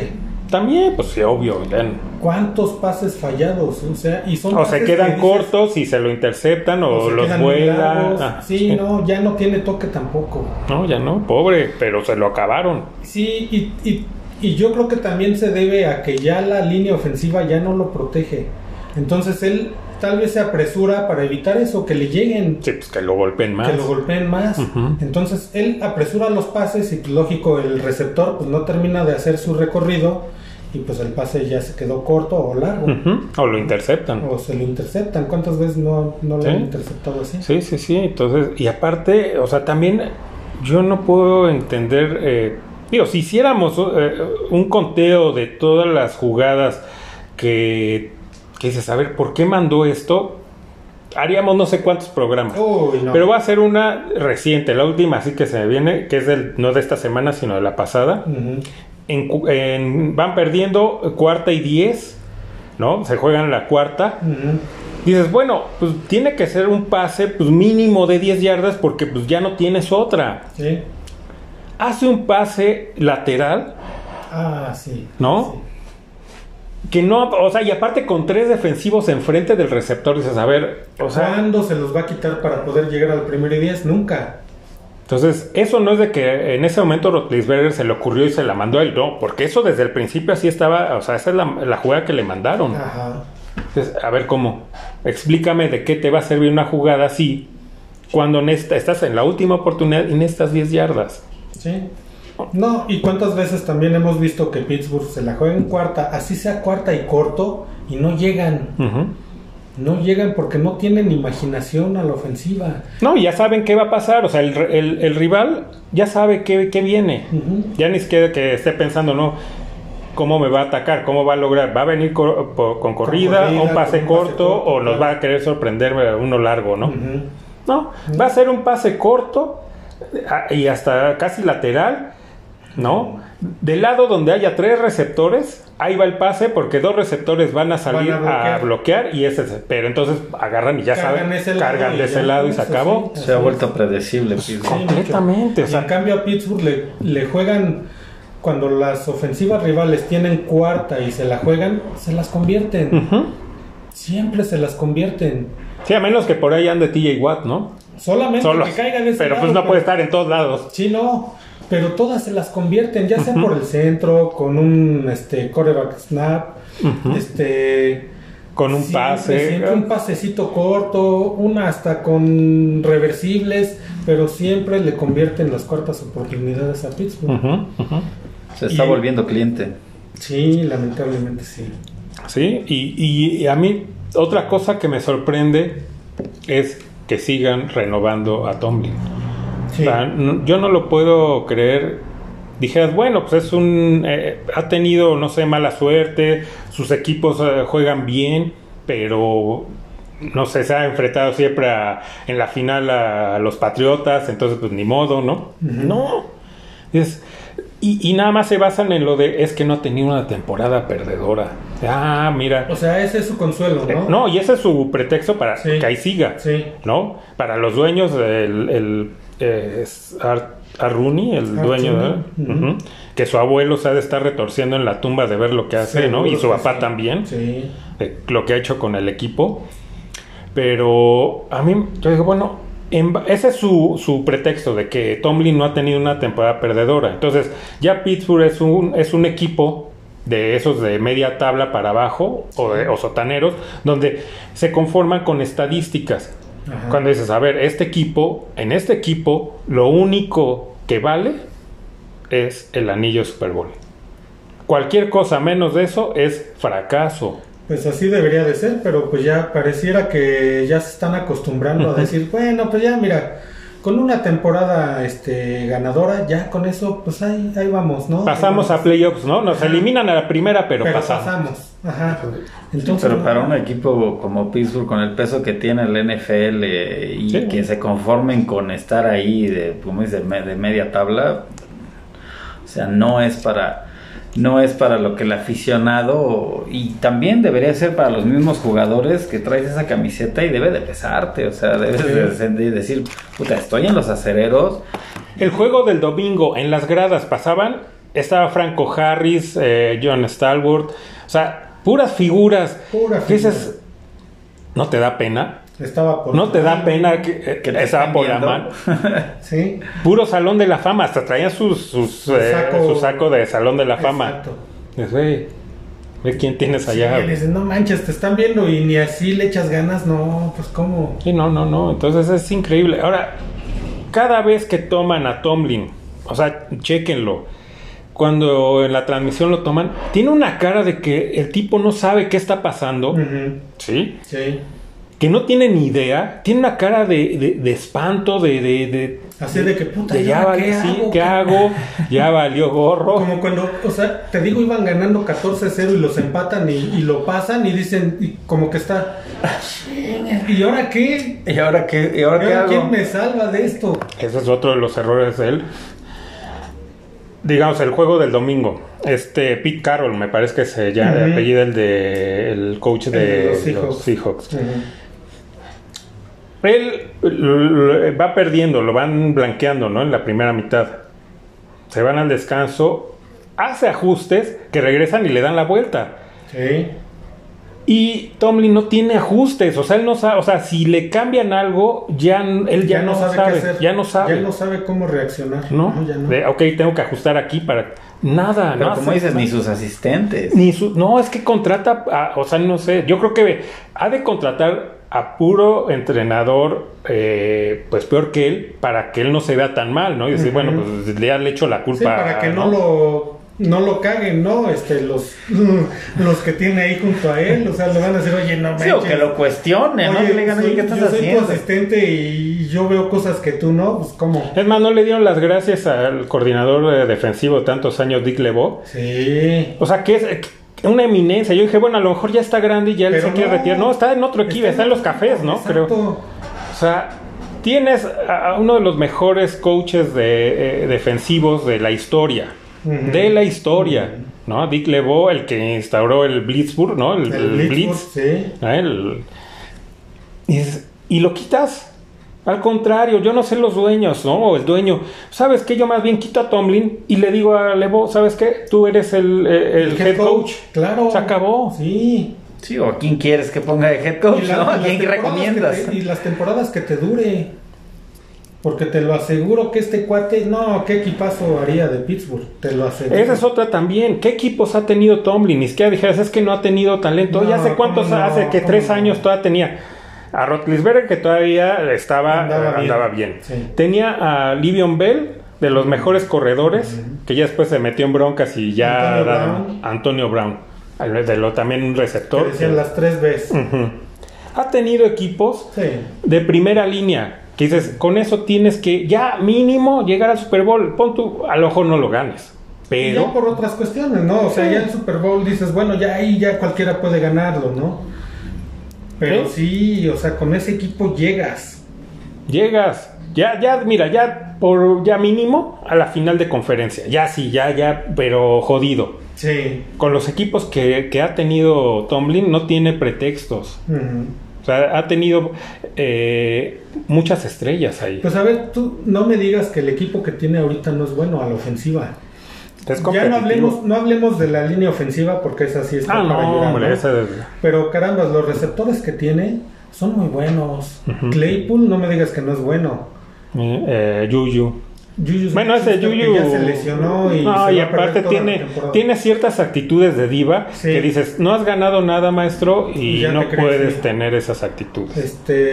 También, pues sí, obvio. ¿Cuántos pases fallados? O sea, y son o se quedan cortos y se lo interceptan o los vuelan. Sí, no, ya no tiene toque tampoco. No, ya no, pobre, pero se lo acabaron. Sí, y yo creo que también se debe a que ya la línea ofensiva ya no lo protege. Entonces él tal vez se apresura para evitar eso, que le lleguen. Sí, pues que lo golpeen más. Uh-huh. Entonces él apresura los pases y pues, lógico, el receptor pues no termina de hacer su recorrido y pues el pase ya se quedó corto o largo. Uh-huh. O lo interceptan. O se lo interceptan. ¿Cuántas veces no lo han interceptado así? Sí. Entonces, y aparte, o sea, también yo no puedo entender... si hiciéramos un conteo de todas las jugadas que dices, a ver, ¿por qué mandó esto? Haríamos no sé cuántos programas. Uy, no. Pero va a ser una reciente, la última así que se me viene, que es no de esta semana, sino de la pasada. Uh-huh. Van perdiendo 4ª y 10, ¿no? Se juegan la cuarta. Uh-huh. Dices, bueno, pues tiene que ser un pase pues mínimo de 10 yardas porque pues ya no tienes otra. Sí. Hace un pase lateral. Sí. ¿No? Sí. Que no, o sea, y aparte con 3 defensivos enfrente del receptor, dices, a ver, o sea, ¿cuándo se los va a quitar para poder llegar al 1º y 10? Nunca. Entonces, eso no es de que en ese momento Roethlisberger se le ocurrió y se la mandó a él, no, porque eso desde el principio así estaba, o sea, esa es la jugada que le mandaron. Ajá. Entonces, a ver, ¿cómo? Explícame de qué te va a servir una jugada así cuando estás en la última oportunidad y necesitas 10 yardas. Sí. No, y cuántas veces también hemos visto que Pittsburgh se la juega en cuarta, así sea cuarta y corto, y no llegan. Uh-huh. No llegan porque no tienen imaginación a la ofensiva. No, ya saben qué va a pasar, o sea, el rival ya sabe qué viene. Uh-huh. Ya ni siquiera que esté pensando, no, cómo me va a atacar, cómo va a lograr, va a venir con corrida, un pase corto, o nos va a querer sorprender uno largo, ¿no? Uh-huh. No, va a ser un pase corto y hasta casi lateral, ¿no? Del lado donde haya 3 receptores, ahí va el pase porque 2 receptores van a salir a bloquear y pero entonces agarran y ya cargan de ese lado y se acabó. Se ha vuelto predecible. Pues, completamente. O sea, en cambio a Pittsburgh le juegan, cuando las ofensivas rivales tienen cuarta y se la juegan, se las convierten. Uh-huh. Siempre se las convierten. Sí, a menos que por ahí ande TJ Watt, ¿no? Solamente que caiga de ese pero lado, pues no puede estar en todos lados. Sí, no. Pero todas se las convierten, ya sea por el centro, con un quarterback snap, con un pase. Siempre un pasecito corto, hasta con reversibles, pero siempre le convierten las cuartas oportunidades a Pittsburgh. Se está volviendo cliente. Sí, lamentablemente sí. Sí, y a mí otra cosa que me sorprende es que sigan renovando a Tomlin. Sí. O sea, yo no lo puedo creer. Dijeras, bueno, pues es ha tenido, no sé, mala suerte, sus equipos juegan bien, pero no sé, se ha enfrentado siempre en la final a los Patriotas, entonces pues ni modo, ¿no? Uh-huh. No. Y nada más se basan en lo de, es que no ha tenido una temporada perdedora. Mira. O sea, ese es su consuelo, ¿no? No, y ese es su pretexto para que ahí siga, ¿no? Para los dueños, Rooney, el dueño, uh-huh. Que su abuelo se ha de estar retorciendo en la tumba de ver lo que hace, ¿no? Y su papá también, lo que ha hecho con el equipo. Pero a mí, yo digo, bueno, ese es su pretexto de que Tomlin no ha tenido una temporada perdedora. Entonces, ya Pittsburgh es un equipo de esos de media tabla para abajo, o sotaneros, donde se conforman con estadísticas. Ajá. Cuando dices, a ver, en este equipo, lo único que vale es el anillo Super Bowl. Cualquier cosa menos de eso es fracaso. Pues así debería de ser, pero pues ya pareciera que ya se están acostumbrando a decir, bueno, pues ya mira, con una temporada ganadora, ya con eso, pues ahí vamos, ¿no? Pasamos a playoffs, ¿no? Nos eliminan a la primera, pero pasamos. Ajá. Entonces, pero para un equipo como Pittsburgh, con el peso que tiene el NFL y que se conformen con estar ahí de media tabla, o sea, no es para lo que el aficionado, y también debería ser para los mismos jugadores, que traes esa camiseta y debe de pesarte, o sea, debes de decir, puta, estoy en los acereros. El juego del domingo en las gradas pasaban estaba Franco Harris, John Stallworth, o sea, puras figuras. ¿Qué dices? ¿No te da pena? Estaba por ¿No te da pena que estaba por la mano? Sí. Puro Salón de la Fama, hasta traían su saco de Salón de la Fama. Exacto. Ve quién tienes allá. Sí, le dicen, no manches, te están viendo y ni así le echas ganas. No, pues cómo. Sí, no. Entonces es increíble. Ahora, cada vez que toman a Tomlin, o sea, chéquenlo. Cuando en la transmisión lo toman, tiene una cara de que el tipo no sabe qué está pasando. Uh-huh. ¿Sí? Sí. Que no tiene ni idea. Tiene una cara de espanto, así de que puta, ya vale, ¿qué hago? Ya valió gorro. Como cuando, o sea, te digo, iban ganando 14-0 y los empatan y lo pasan y dicen, y como que está, ¿y ahora qué? ¿Y ahora qué? ¿Y ahora qué hago? ¿Quién me salva de esto? Ese es otro de los errores de él. Digamos, el juego del domingo. Pete Carroll, me parece que se llama, Uh-huh. apellido el coach de los Seahawks. Uh-huh. Él va perdiendo, lo van blanqueando, ¿no? En la primera mitad. Se van al descanso, hace ajustes que regresan y le dan la vuelta. Sí. Y Tomlin no tiene ajustes, o sea, él no sabe, o sea, si le cambian algo, él ya no sabe qué hacer. ya no sabe. Ya no sabe cómo reaccionar. ¿No? Ya no. Ok, tengo que ajustar aquí para... Nada, pero no como dices, ni sus asistentes. No, es que contrata, o sea, no sé, yo creo que ha de contratar a puro entrenador, pues peor que él, para que él no se vea tan mal, ¿no? Y decir, Uh-huh. bueno, pues le han hecho la culpa. Sí, para que no lo caguen, ¿no? Los que tiene ahí junto a él, o sea, le van a decir, oye, no manches. Sí, o que lo cuestione, ¿no? Que le digan, oye, ¿qué estás haciendo? Yo soy tu asistente y yo veo cosas que tú no, pues, ¿cómo? Es más, no le dieron las gracias al coordinador defensivo de tantos años, Dick LeBeau. Sí. O sea, que es una eminencia. Yo dije, bueno, a lo mejor ya está grande y ya él se quiere retirar. No, está en otro equipo, está en los cafés, ¿no? Exacto. Creo. O sea, tienes a uno de los mejores coaches defensivos de la historia. Uh-huh. De la historia, uh-huh. ¿No? Dick LeBeau, el que instauró el Blitzburg, ¿no? El Blitz. Sí. Y lo quitas. Al contrario, yo no sé los dueños, ¿no? O el dueño. ¿Sabes qué? Yo más bien quito a Tomlin y le digo a LeBeau, ¿sabes qué? Tú eres el head coach. Claro. Se acabó. Sí. Sí, o a quién quieres que ponga de head coach, ¿no? ¿A quién recomiendas? Y las temporadas que te dure. Porque te lo aseguro que este cuate, no, ¿qué equipazo haría de Pittsburgh? Te lo aseguro. Esa es otra también. ¿Qué equipos ha tenido Tomlin? Ni siquiera dijeras, es que no ha tenido talento. Ya hace cuántos, hace que 3 años todavía tenía. A Roethlisberger, que todavía andaba bien. Sí. Tenía a Le'Veon Bell, de los mejores corredores, uh-huh. Que ya después se metió en broncas y ya Antonio Brown. También un receptor. Que decían las 3 veces. Uh-huh. Ha tenido equipos de primera línea. Que dices, con eso tienes que ya mínimo llegar al Super Bowl. Pon tú, a lo mejor no lo ganes. Pero... ya por otras cuestiones, ¿no? O sea, ya el Super Bowl dices, bueno, ya ahí ya cualquiera puede ganarlo, ¿no? Pero sí, o sea, con ese equipo llegas. Ya, mira, ya mínimo a la final de conferencia. Ya sí, ya, pero jodido. Sí. Con los equipos que ha tenido Tomlin no tiene pretextos. Uh-huh. O sea, ha tenido muchas estrellas ahí. Pues a ver, tú no me digas que el equipo que tiene ahorita no es bueno a la ofensiva. Ya no hablemos de la línea ofensiva porque esa sí está para llorar, hombre, ¿no? Pero caramba, los receptores que tiene son muy buenos. Uh-huh. Claypool, no me digas que no es bueno. Juju. Bueno, ese Juju ya se lesionó y y aparte tiene ciertas actitudes de diva que dices, no has ganado nada, maestro, y no puedes tener esas actitudes.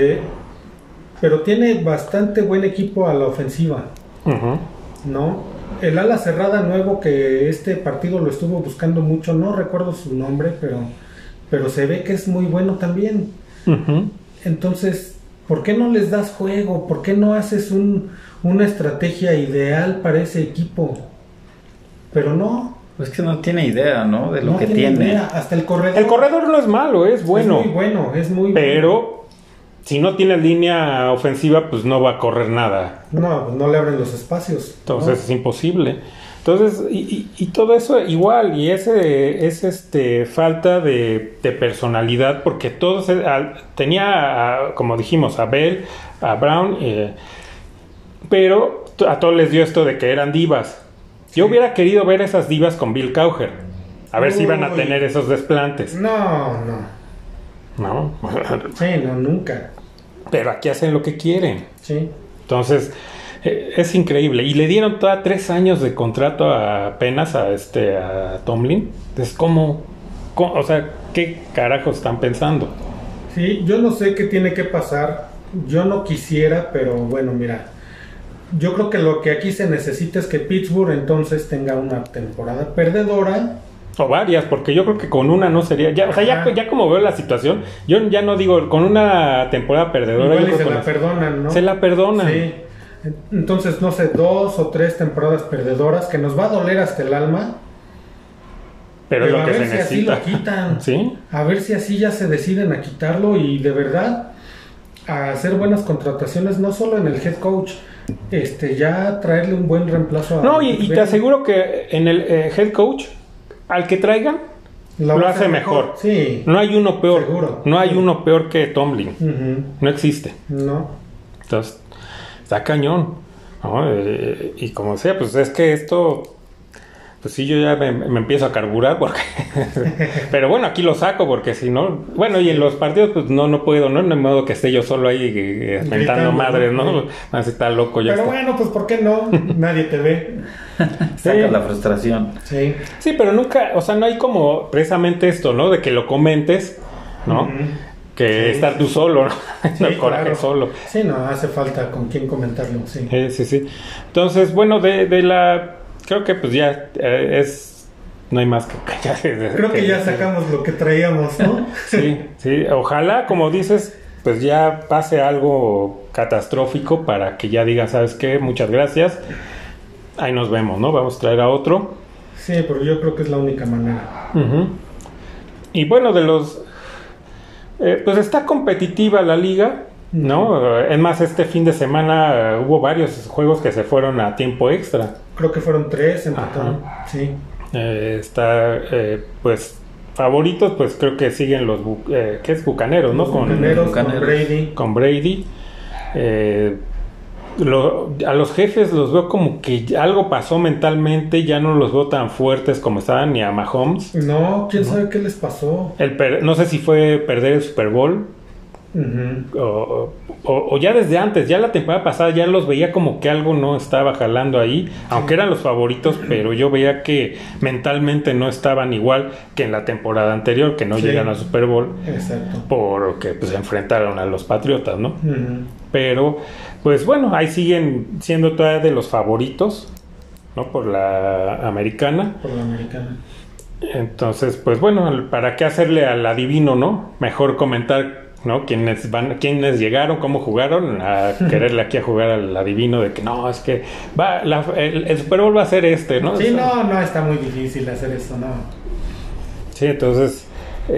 Pero tiene bastante buen equipo a la ofensiva. Uh-huh. ¿No? El ala cerrada nuevo que este partido lo estuvo buscando mucho, no recuerdo su nombre, pero se ve que es muy bueno también. Uh-huh. Entonces, ¿por qué no les das juego? ¿Por qué no haces una estrategia ideal para ese equipo? Pero no. Pues que no tiene idea, ¿no? De lo que tiene. Idea. Hasta el corredor. El corredor no es malo, es bueno. Es muy bueno. Pero si no tiene línea ofensiva, pues no va a correr nada. No le abren los espacios. Entonces es imposible. Entonces, y todo eso igual, y es falta de personalidad, porque todos tenía, como dijimos, a Bell, a Brown, pero a todos les dio esto de que eran divas. Yo hubiera querido ver esas divas con Bill Cowher. A ver si iban a tener esos desplantes. No. ¿No? Sí, no, nunca. Pero aquí hacen lo que quieren. Sí. Entonces, es increíble. Y le dieron toda 3 años de contrato apenas a Tomlin. Entonces, ¿cómo? O sea, ¿qué carajos están pensando? Sí, yo no sé qué tiene que pasar. Yo no quisiera, pero bueno, mira. Yo creo que lo que aquí se necesita es que Pittsburgh entonces tenga una temporada perdedora. O varias, porque yo creo que con una no sería... Ya, o sea, ya como veo la situación, yo ya no digo, con una temporada perdedora... Igual yo y se la perdonan, ¿no? Se la perdonan. Sí. Entonces, no sé, 2 o 3 temporadas perdedoras que nos va a doler hasta el alma. Pero es lo que se a ver si necesita. así lo quitan. ¿Sí? A ver si así ya se deciden a quitarlo y de verdad a hacer buenas contrataciones, no solo en el head coach, ya traerle un buen reemplazo a... No, y te aseguro que en el head coach, al que traigan, lo hace mejor. Sí. No hay uno peor. Seguro. No hay uno peor que Tomlin. Uh-huh. No existe. No. Entonces, está cañón, ¿no? Y como sea, pues es que esto... Pues sí, yo ya me empiezo a carburar porque... Pero bueno, aquí lo saco porque si no... Bueno, y en los partidos pues no puedo, ¿no? No hay modo que esté yo solo ahí mentando madres, ¿no? Así está loco ya. Pero está. bueno, pues ¿por qué no? Nadie te ve. Saca la frustración. Sí. Sí, pero nunca... O sea, no hay como precisamente esto, ¿no? De que lo comentes, ¿no? Uh-huh. Que estar tú solo, ¿no? Sí, El coraje claro. solo. Sí, no, hace falta con quién comentarlo, sí. Sí. Entonces, bueno, de la... Creo que pues ya no hay más que... Creo que ya sacamos lo que traíamos, ¿no? Sí. Ojalá, como dices, pues ya pase algo catastrófico para que ya digan, ¿sabes qué? Muchas gracias. Ahí nos vemos, ¿no? Vamos a traer a otro. Sí, pero yo creo que es la única manera. Uh-huh. Y bueno, de los... pues está competitiva la liga, ¿no? Es más, este fin de semana hubo varios juegos que se fueron a tiempo extra. Creo que fueron 3 en total. Sí. Pues favoritos, pues creo que siguen los ¿qué es? Bucaneros, ¿no? Bucaneros, con Brady. Con Brady. A los jefes los veo como que algo pasó mentalmente, ya no los veo tan fuertes como estaban, ni a Mahomes. No, quién sabe qué les pasó. No sé si fue perder el Super Bowl. Uh-huh. O ya desde antes, ya la temporada pasada ya los veía como que algo no estaba jalando ahí, aunque eran los favoritos, pero yo veía que mentalmente no estaban igual que en la temporada anterior, que no llegaron al Super Bowl. Exacto. Porque pues se enfrentaron a los Patriotas, ¿no? Uh-huh. Pero pues bueno, ahí siguen siendo todavía de los favoritos, ¿no? Por la americana. Por la americana. Entonces, pues bueno, ¿para qué hacerle al adivino, no? Mejor comentar, ¿no? Quiénes llegaron, cómo jugaron, a quererle aquí a jugar al adivino de que no, es que el Super Bowl va a ser ¿no? Sí, no, está muy difícil hacer eso, no. Sí, entonces,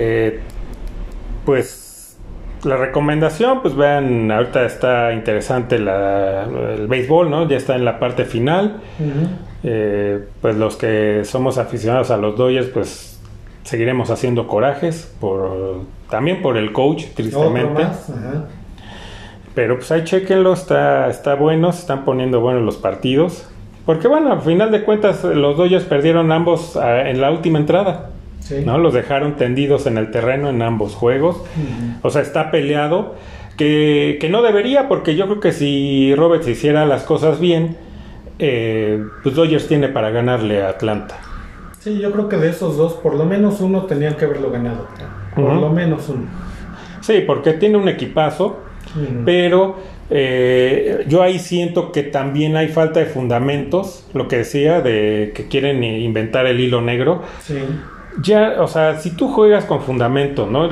pues la recomendación, pues vean, ahorita está interesante el béisbol, ¿no? Ya está en la parte final. Uh-huh. Pues los que somos aficionados a los Dodgers, pues seguiremos haciendo corajes también por el coach, tristemente. Pero pues ahí chequenlo, está bueno, se están poniendo buenos los partidos. Porque bueno, al final de cuentas los Dodgers perdieron ambos en la última entrada. Sí. ¿No? Los dejaron tendidos en el terreno en ambos juegos. Uh-huh. O sea, está peleado. Que no debería, porque yo creo que si Roberts hiciera las cosas bien, pues Dodgers tiene para ganarle a Atlanta. Sí, yo creo que de esos dos, por lo menos uno tenían que haberlo ganado. Por Uh-huh. lo menos uno. Sí, porque tiene un equipazo, uh-huh. Pero yo ahí siento que también hay falta de fundamentos, lo que decía, de que quieren inventar el hilo negro. Sí. Ya, o sea, si tú juegas con fundamento, ¿no?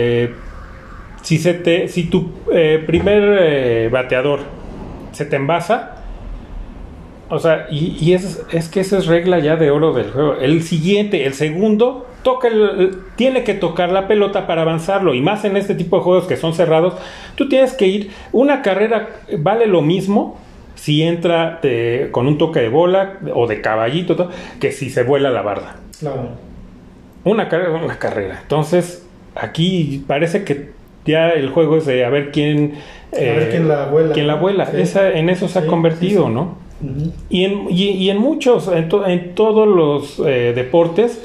Si tu primer bateador se te envasa, o sea, y es que esa es regla ya de oro del juego. El segundo, tiene que tocar la pelota para avanzarlo. Y más en este tipo de juegos que son cerrados, tú tienes que ir. Una carrera vale lo mismo si entra con un toque de bola o de caballito, que si se vuela la barda. Claro. Una carrera. Entonces, aquí parece que ya el juego es de a ver quién la vuela. ¿Quién la vuela? Sí. En eso se ha convertido, sí. ¿no? Y en muchos, en todos los deportes,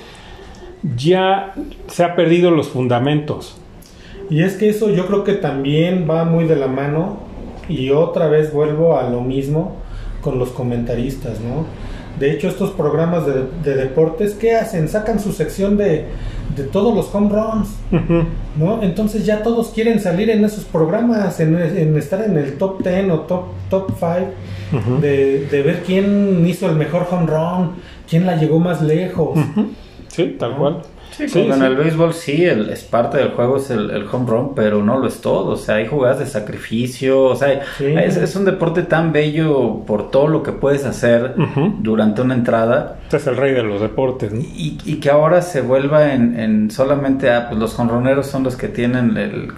ya se ha perdido los fundamentos. Y es que eso yo creo que también va muy de la mano, y otra vez vuelvo a lo mismo con los comentaristas, ¿no? De hecho, estos programas de deportes, ¿qué hacen? Sacan su sección de todos los home runs, ¿no? Entonces ya todos quieren salir en esos programas, en estar en el top 10 o top 5, de ver quién hizo el mejor home run, quién la llegó más lejos. Sí, tal cual. Sí, en el béisbol sí, es parte del juego, es el home run, pero no lo es todo. O sea, hay jugadas de sacrificio. O sea, es un deporte tan bello por todo lo que puedes hacer durante una entrada. Este es el rey de los deportes, ¿no? Y que ahora se vuelva en solamente pues los jonroneros son los que tienen el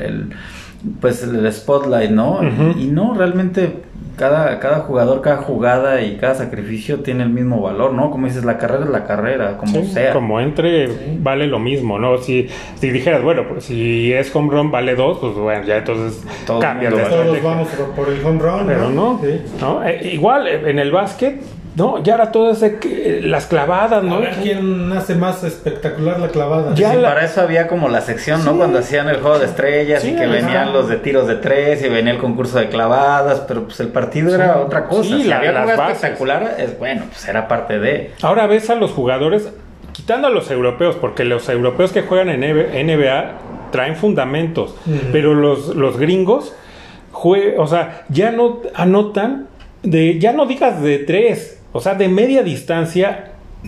spotlight, ¿no? Y no, realmente cada jugador, cada jugada y cada sacrificio tiene el mismo valor, ¿no? Como dices, la carrera es la carrera, como sea. Como entre, vale lo mismo, ¿no? Si dijeras, bueno, pues si es home run vale 2, pues bueno, ya entonces cambia. Todos vamos por el home run, pero no. Igual en el básquet, no, ya era todo las clavadas, ¿no? A ver quién hace más espectacular la clavada. Para eso había como la sección, ¿no? Cuando hacían el juego de estrellas y que venían los de tiros de 3 y venía el concurso de clavadas, pero pues el partido era otra cosa. Sí, si había las jugada bases. espectacular, bueno, pues era parte de. Ahora ves a los jugadores, quitando a los europeos, porque los europeos que juegan en NBA traen fundamentos, pero los gringos, o sea, ya no anotan, ya no digas de 3. O sea, de media distancia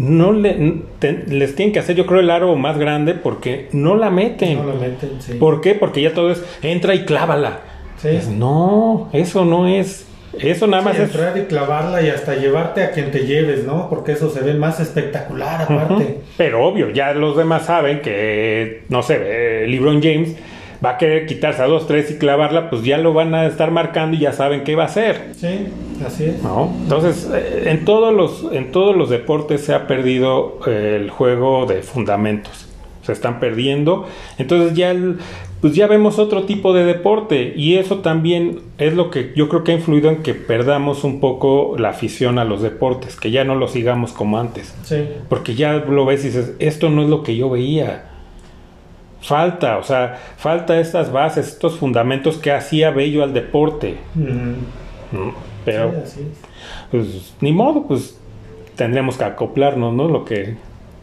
les tienen que hacer, yo creo, el aro más grande porque no la meten. No la meten, sí. ¿Por qué? Porque ya todo es, entra y clávala. Sí. No, eso no es. Eso nada más es entrar y clavarla y hasta llevarte a quien te lleves, ¿no? Porque eso se ve más espectacular aparte. Pero obvio, ya los demás saben que, no sé, LeBron James va a querer quitarse a 2-3 y clavarla, pues ya lo van a estar marcando y ya saben qué va a hacer. Sí, así es. ¿No? Entonces, en todos los deportes se ha perdido el juego de fundamentos. Se están perdiendo. Entonces ya vemos otro tipo de deporte y eso también es lo que yo creo que ha influido en que perdamos un poco la afición a los deportes, que ya no lo sigamos como antes. Sí. Porque ya lo ves y dices, esto no es lo que yo veía. Falta estas bases, estos fundamentos que hacía bello al deporte. Pero, sí, así es. Pues, ni modo, pues tendremos que acoplarnos, ¿no? Lo que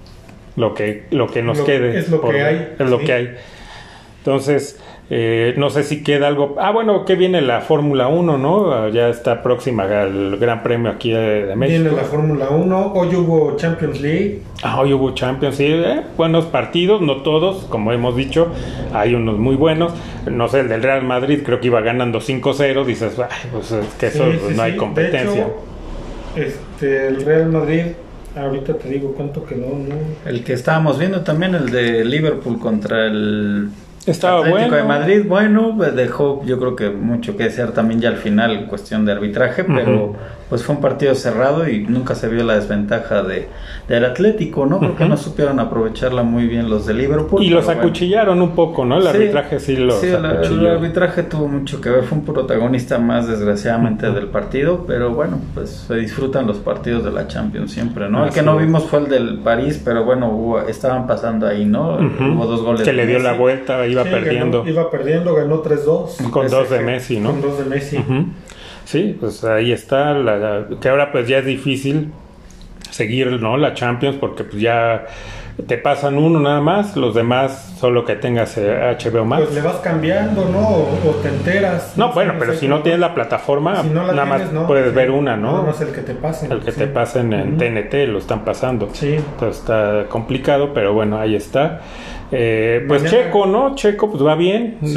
nos quede. Es lo que hay. Es lo que hay. Entonces, no sé si queda algo. Bueno, que viene la Fórmula 1, ¿no? Ya está próxima al Gran Premio aquí de México. Viene la Fórmula 1. Hoy hubo Champions League. Hoy hubo Champions, sí. Buenos partidos, no todos, como hemos dicho. Hay unos muy buenos. No sé, el del Real Madrid creo que iba ganando 5-0. Dices, pues es que eso no hay competencia. De hecho, el Real Madrid, ahorita te digo cuánto quedó, ¿no? El que estábamos viendo también, el de Liverpool contra el Estaba Atlético bueno. de Madrid, bueno, pues dejó yo creo que mucho que desear también ya al final en cuestión de arbitraje, pero pues fue un partido cerrado y nunca se vio la desventaja del Atlético, ¿no? Creo que no supieron aprovecharla muy bien los de Liverpool. Y los acuchillaron un poco, ¿no? El arbitraje sí los acuchilló. El arbitraje tuvo mucho que ver, fue un protagonista más desgraciadamente del partido, pero bueno, pues se disfrutan los partidos de la Champions siempre, ¿no? El que no vimos fue el del París, pero bueno, estaban pasando ahí, ¿no? Hubo 2 goles. Que le dio la vuelta, iba perdiendo. Ganó 3-2. Con 2 de Messi, ¿no? Con 2 de Messi. Sí, pues ahí está, que ahora pues ya es difícil seguir, ¿no? La Champions, porque pues ya te pasan uno nada más, los demás solo que tengas HBO Max. Pues le vas cambiando, ¿no? O te enteras. No, bueno, pero si no tienes la plataforma, si no nada más puedes ver una, ¿no? Nada más el que te pasen. El que te pasen en TNT, lo están pasando. Sí. Entonces está complicado, pero bueno, ahí está. Pues Mañana. Checo, ¿no? Checo pues va bien. Sí.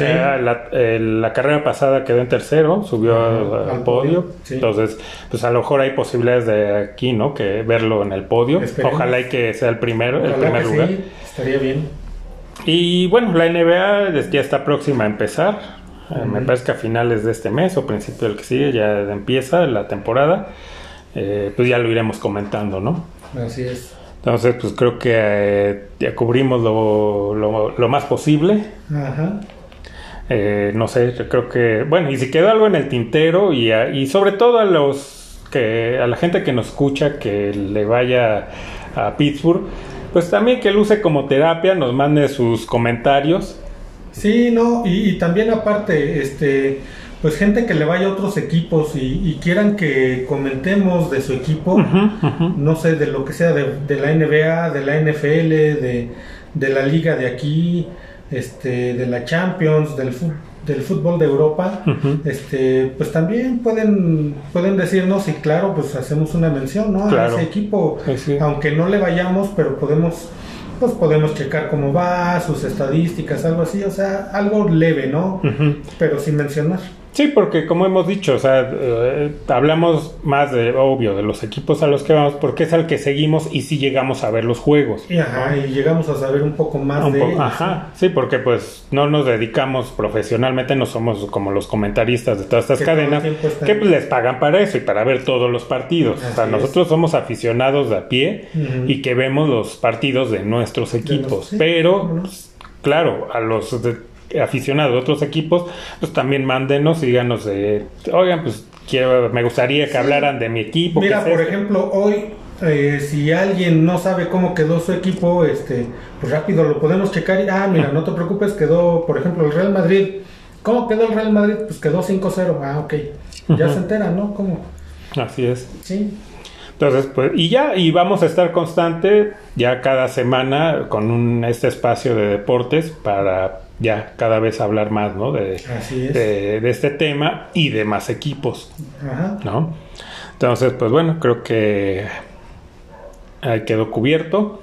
La carrera pasada quedó en tercero, subió al podio. Sí. Entonces, pues a lo mejor hay posibilidades de aquí, ¿no? Que verlo en el podio. Esperemos. Ojalá y que sea el primer lugar. Sí, estaría bien. Y bueno, la NBA ya está próxima a empezar. Me parece que a finales de este mes o principio del que sigue ya empieza la temporada. Pues ya lo iremos comentando, ¿no? Así es. Entonces, pues creo que ya cubrimos lo más posible. Ajá. No sé, yo creo que... Bueno, y si quedó algo en el tintero y sobre todo a los que a la gente que nos escucha que le vaya a Pittsburgh, pues también que lo use como terapia, nos mande sus comentarios. Sí, no, y también aparte, pues gente que le vaya a otros equipos y quieran que comentemos de su equipo, no sé, de lo que sea, de la NBA, de la NFL, de la liga de aquí, de la Champions, del fútbol de Europa, pues también pueden decirnos, y claro, pues hacemos una mención, ¿no? Claro. A ese equipo, Sí. aunque no le vayamos, pero podemos checar cómo va, sus estadísticas, algo así, o sea, algo leve, ¿no? Pero sin mencionar. Sí, porque como hemos dicho, o sea, hablamos más de los equipos a los que vamos, porque es al que seguimos y sí llegamos a ver los juegos. Y llegamos a saber un poco más de ellos. Sí, porque pues no nos dedicamos profesionalmente, no somos como los comentaristas de todas estas cadenas, que pues, les pagan para eso y para ver todos los partidos. Así o sea, nosotros somos aficionados de a pie y que vemos los partidos de nuestros equipos, pero pues, claro, a los aficionados de otros equipos, pues también mándenos y díganos oigan, pues me gustaría que hablaran de mi equipo. Mira, por ejemplo, hoy si alguien no sabe cómo quedó su equipo, pues rápido lo podemos checar y, mira, no te preocupes, quedó, por ejemplo, el Real Madrid. ¿Cómo quedó el Real Madrid? Pues quedó 5-0. Ok. Ya se enteran, ¿no? ¿Cómo? Así es. Sí. Entonces, pues, y vamos a estar constante ya cada semana con este espacio de deportes para ya cada vez hablar más, ¿no? Así es. De este tema y de más equipos, Ajá. ¿no? Entonces, pues bueno, creo que ahí quedó cubierto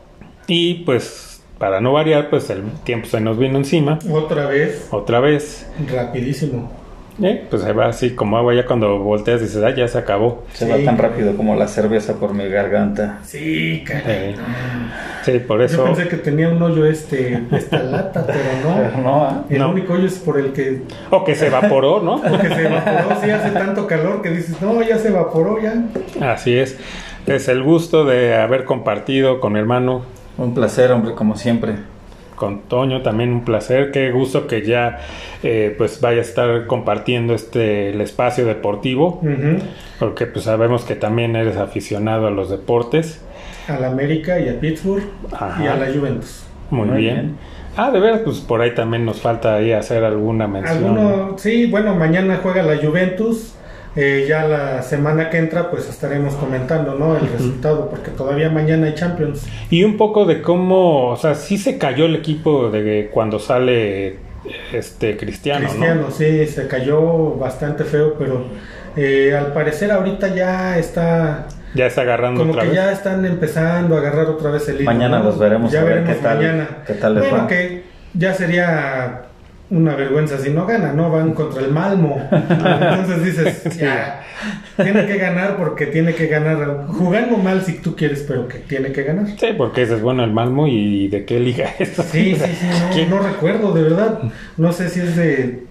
y pues para no variar, pues el tiempo se nos vino encima. Otra vez. Rapidísimo. Pues se va así como agua, ya cuando volteas dices, ya se acabó. Se va tan rápido como la cerveza por mi garganta. Sí, caray. Sí, por eso. Yo pensé que tenía un hoyo esta lata, pero no. El único hoyo es por el que... O que se evaporó, ¿no? O que se evaporó, sí, hace tanto calor que dices, no, ya se evaporó, ya. Así es. Es el gusto de haber compartido con mi hermano. Un placer, hombre, como siempre. Con Toño también un placer, qué gusto que ya pues vaya a estar compartiendo el espacio deportivo, porque pues sabemos que también eres aficionado a los deportes. A la América y a Pittsburgh. Ajá. Y a la Juventus. Muy bien. De veras, pues por ahí también nos falta ahí hacer alguna mención. Sí, bueno, mañana juega la Juventus. Ya la semana que entra pues estaremos comentando, ¿no? El resultado, porque todavía mañana hay Champions. Y un poco de cómo, o sea, sí se cayó el equipo de cuando sale Cristiano, ¿no? Sí, se cayó bastante feo, pero al parecer ahorita ya está agarrando como otra que vez. Ya están empezando a agarrar otra vez el hilo. Mañana los veremos, ya veremos qué tal, mañana. ¿Qué tal les va? Que ya sería una vergüenza si no gana, ¿no? Van contra el Malmo. Entonces dices, ya, tiene que ganar porque tiene que ganar. Jugando mal si tú quieres, pero que tiene que ganar. Sí, porque ese es bueno el Malmo y ¿de qué liga es? Sí, no recuerdo, de verdad. No sé si es de...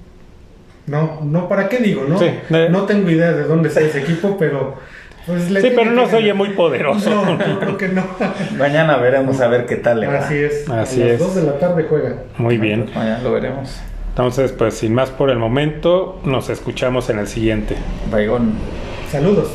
No, ¿para qué digo, no? Sí, no tengo idea de dónde está ese equipo, pero... Pues sí, pero no se oye muy poderoso. No, yo creo que no. Mañana veremos a ver qué tal le va. Así es. Así a las es. 2 de la tarde juega. Muy bien. Pues mañana lo veremos. Entonces, pues sin más por el momento, nos escuchamos en el siguiente. Baigón. Saludos.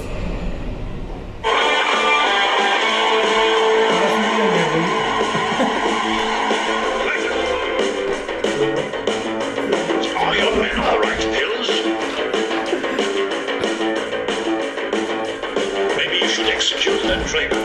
Are your men all right, Pills? Maybe you should execute that traitor.